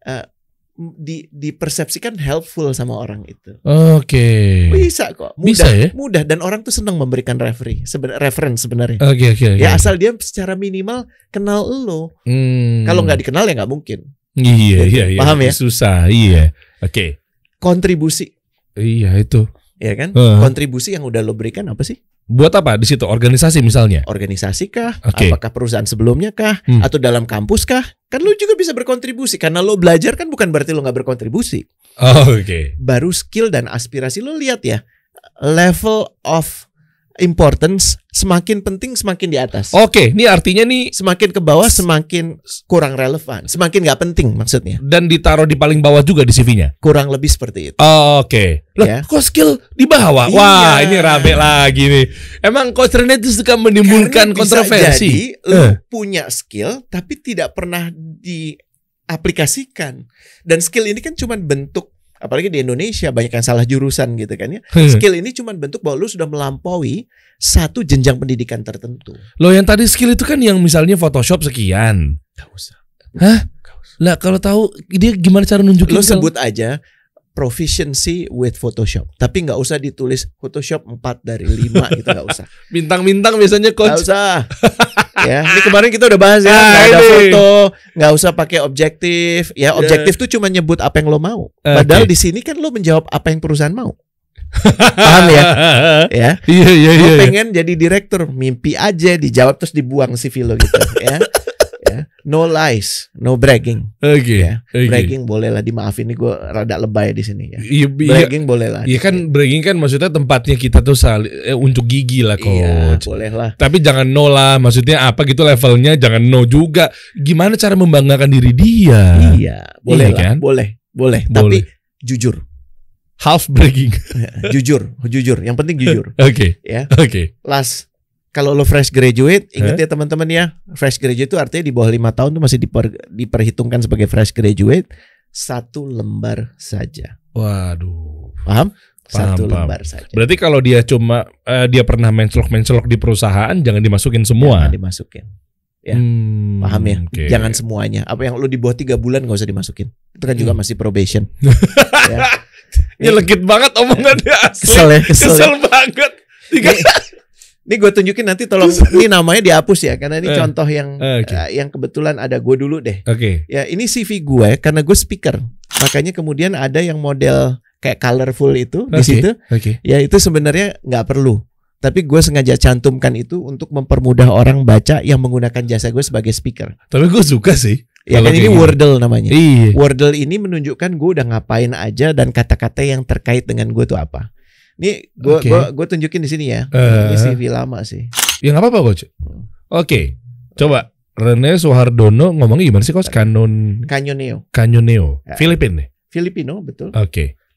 dipersepsikan helpful sama orang itu. Oke. Bisa kok. Mudah, bisa ya? Mudah, dan orang tuh senang memberikan reference sebenarnya. Oke. Ya asal dia secara minimal kenal lo. Kalau nggak dikenal ya nggak mungkin. Iya. Paham ya? Susah. Iya. Oke. Kontribusi. Iya itu. Ya kan? Kontribusi yang udah lo berikan apa sih? Buat apa di situ? Organisasi misalnya? Organisasi kah? Okay. Apakah perusahaan sebelumnya kah? Atau dalam kampus kah? Kan lo juga bisa berkontribusi. Karena lo belajar kan bukan berarti lo gak berkontribusi. Oke. Baru skill dan aspirasi lo lihat ya. Level of importance semakin penting semakin di atas. Oke, ini artinya nih semakin ke bawah semakin kurang relevan, semakin nggak penting maksudnya. Dan ditaruh di paling bawah juga di CV-nya. Kurang lebih seperti itu. Oke. Lah, kok skill di bawah? Iya. Wah, ini rame lagi nih. Emang Coach Rene itu suka menimbulkan kontroversi. Jadi lo punya skill tapi tidak pernah diaplikasikan. Dan skill ini kan cuma bentuk, apalagi di Indonesia banyak yang salah jurusan gitu kan ya. Skill ini cuma bentuk bahwa lu sudah melampaui satu jenjang pendidikan tertentu. Loh, yang tadi skill itu kan yang misalnya Photoshop sekian. Gak usah. Hah? Lah kalau tahu dia gimana cara nunjukin? Lu sebut aja proficiency with Photoshop. Tapi gak usah ditulis Photoshop 4 dari 5 gitu, gak usah. Bintang-bintang biasanya coach. Gak usah. Ya, ini kemarin kita udah bahas ya, nggak ada foto, nggak usah pakai objektif. Ya, objektif tuh cuma nyebut apa yang lo mau. Padahal di sini kan lo menjawab apa yang perusahaan mau. Paham ya? Ya. Iya. Lo pengen jadi direktur, mimpi aja, dijawab terus dibuang CV lo gitu. Ya. No lies, no bragging. Ya. Bragging boleh lah, dimaafin nih gue rada lebay di sini ya. Bragging boleh lah. Iya kan, bragging kan maksudnya tempatnya kita tuh untuk gigi lah coach. Iya, boleh lah. Tapi jangan no lah, maksudnya apa gitu levelnya, jangan no juga. Gimana cara membanggakan diri dia? Iya, boleh lah, kan? Boleh. Tapi jujur. Half bragging. jujur. Yang penting jujur. Oke. Ya. Oke. Last. Kalau lo fresh graduate, ingat ya teman-teman ya, fresh graduate itu artinya di bawah 5 tahun tuh masih diperhitungkan sebagai fresh graduate 1 lembar saja. Waduh. Paham? 1 lembar saja. Berarti kalau dia cuma dia pernah mencelok di perusahaan, jangan dimasukin semua. Jangan dimasukin. Ya. Paham ya? Okay. Jangan semuanya. Apa yang lo di bawah 3 bulan gak usah dimasukin. Itu kan juga masih probation. Ya. Nyelekit banget omongannya asli. Kesel banget. Ini gue tunjukin nanti, tolong ini namanya dihapus ya, karena ini contoh yang yang kebetulan ada gue dulu deh. Oke. Ya, ini CV gue karena gue speaker, makanya kemudian ada yang model kayak colorful itu di situ. Ya itu sebenarnya nggak perlu, tapi gue sengaja cantumkan itu untuk mempermudah orang baca yang menggunakan jasa gue sebagai speaker. Tapi gue suka sih. Ya kan ini Wordle namanya. Iya. Wordle ini menunjukkan gue udah ngapain aja dan kata-kata yang terkait dengan gue tuh apa. Nih gue tunjukin di sini ya. Ini CV lama sih. Ya nggak apa-apa coach. Oke. Coba Rene Suhardono ngomongnya gimana sih coach? Canyoneo. Ya. Filipino nih. Filipino betul. Oke.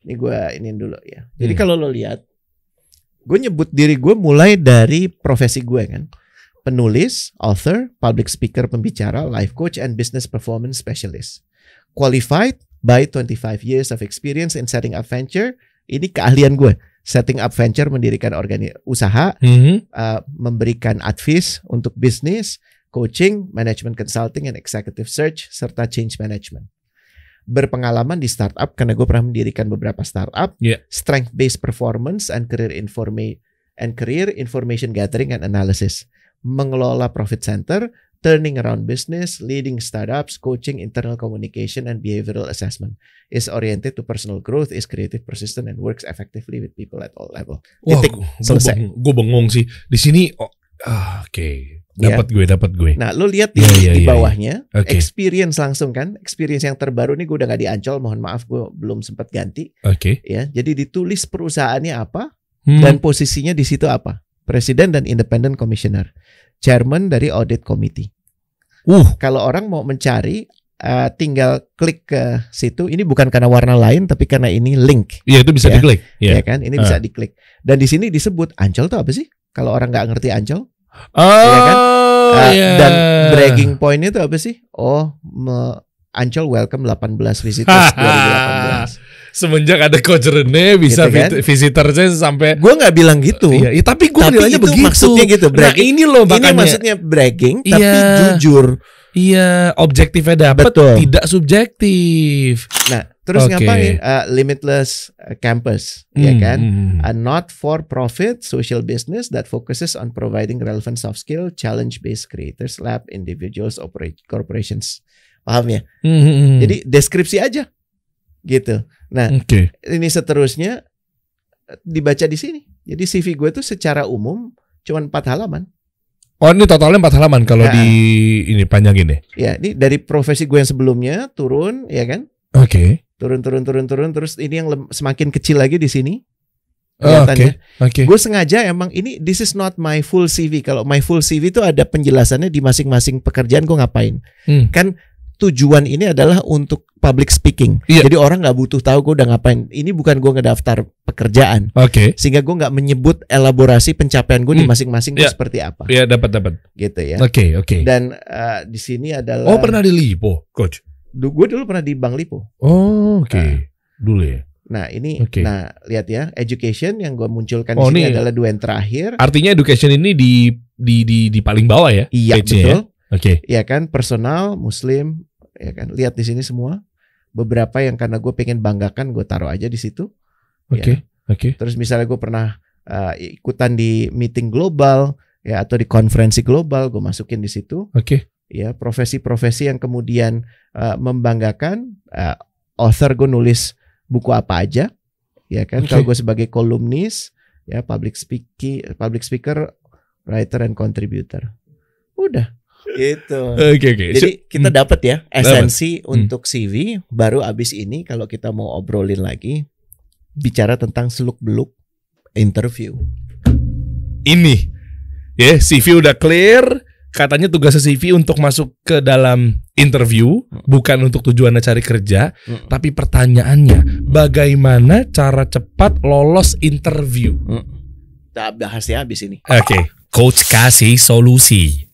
Ini gue iniin dulu ya. Jadi kalau lo lihat, gue nyebut diri gue mulai dari profesi gue kan. Penulis, author, public speaker, pembicara, life coach, and business performance specialist. Qualified by 25 years of experience in setting up venture. Ini keahlian gue. Setting up venture, mendirikan usaha, memberikan advice untuk bisnis, coaching, management consulting, and executive search, serta change management. Berpengalaman di startup karena gue pernah mendirikan beberapa startup. Strength based performance and career information gathering and analysis. Mengelola profit center, turning around business, leading startups, coaching, internal communication, and behavioral assessment. Is oriented to personal growth, is creative, persistent, and works effectively with people at all level. Wah, gue bengong sih di sini. Oke. Dapat gue. Nah, lo lihat di bawahnya, experience langsung kan, experience yang terbaru nih gue udah gak di Ancol, mohon maaf gue belum sempat ganti. Ya, jadi ditulis perusahaannya apa dan posisinya di situ apa. Presiden dan Independent Commissioner, Chairman dari Audit Committee. Kalau orang mau mencari, tinggal klik ke situ. Ini bukan karena warna lain, tapi karena ini link. Iya, itu bisa diklik. Ya kan, ini bisa diklik. Dan di sini disebut Ancol tuh apa sih? Kalau orang nggak ngerti Ancol. Dan bragging point itu apa sih? Ancol welcome 18 visitors 2018. Semenjak ada Coach Rene bisa gitu kan? Visitornya sampai. Gue nggak bilang gitu. Iya, tapi gue nilainya begitu. Maksudnya gitu. Nah ini loh makanya. Ini maksudnya bragging, tapi jujur. Iya, objektifnya dapat, tidak subjektif. Nah, terus ngapain? Limitless Campus, ya kan? A not-for-profit social business that focuses on providing relevant soft skill, challenge-based creators, lab, individuals, corporations. Paham ya? Jadi deskripsi aja, gitu. Nah, ini seterusnya dibaca di sini. Jadi CV gue tuh secara umum cuma 4 halaman. Oh, ini totalnya 4 halaman kalau di ini panjangin deh. Ya, ini dari profesi gue yang sebelumnya turun, ya kan? Turun terus ini yang semakin kecil lagi di sini. Gue sengaja emang ini this is not my full CV. Kalau my full CV itu ada penjelasannya di masing-masing pekerjaan gue ngapain. Kan tujuan ini adalah untuk public speaking. Jadi orang nggak butuh tahu gue udah ngapain. Ini bukan gue ngedaftar pekerjaan. Sehingga gue nggak menyebut elaborasi pencapaian gue di masing-masing itu seperti apa. Iya, dapat. Gitu ya. Dan di sini adalah. Oh, pernah di Lipo, Coach? Gue dulu pernah di Bank Lipo. Dulu ya. Nah ini, nah lihat ya, education yang gue munculkan di sini adalah 2 yang terakhir. Artinya education ini di paling bawah ya? Iya betul. Ya kan, personal, Muslim, ya kan. Lihat di sini semua. Beberapa yang karena gue pengen banggakan gue taruh aja di situ. Terus misalnya gue pernah ikutan di meeting global, ya atau di konferensi global, gue masukin di situ. Ya profesi-profesi yang kemudian membanggakan. Author gue nulis buku apa aja, ya kan? Kalau gue sebagai kolumnis, ya public speaker, writer and contributor, udah gitu. Jadi kita dapat ya esensi untuk CV. Baru abis ini kalau kita mau obrolin lagi, bicara tentang seluk-beluk interview. Ini, ya CV udah clear. Katanya tugas CV untuk masuk ke dalam interview, bukan untuk tujuannya cari kerja, tapi pertanyaannya bagaimana cara cepat lolos interview? Kita bahas ya habis ini. Coach kasih solusi.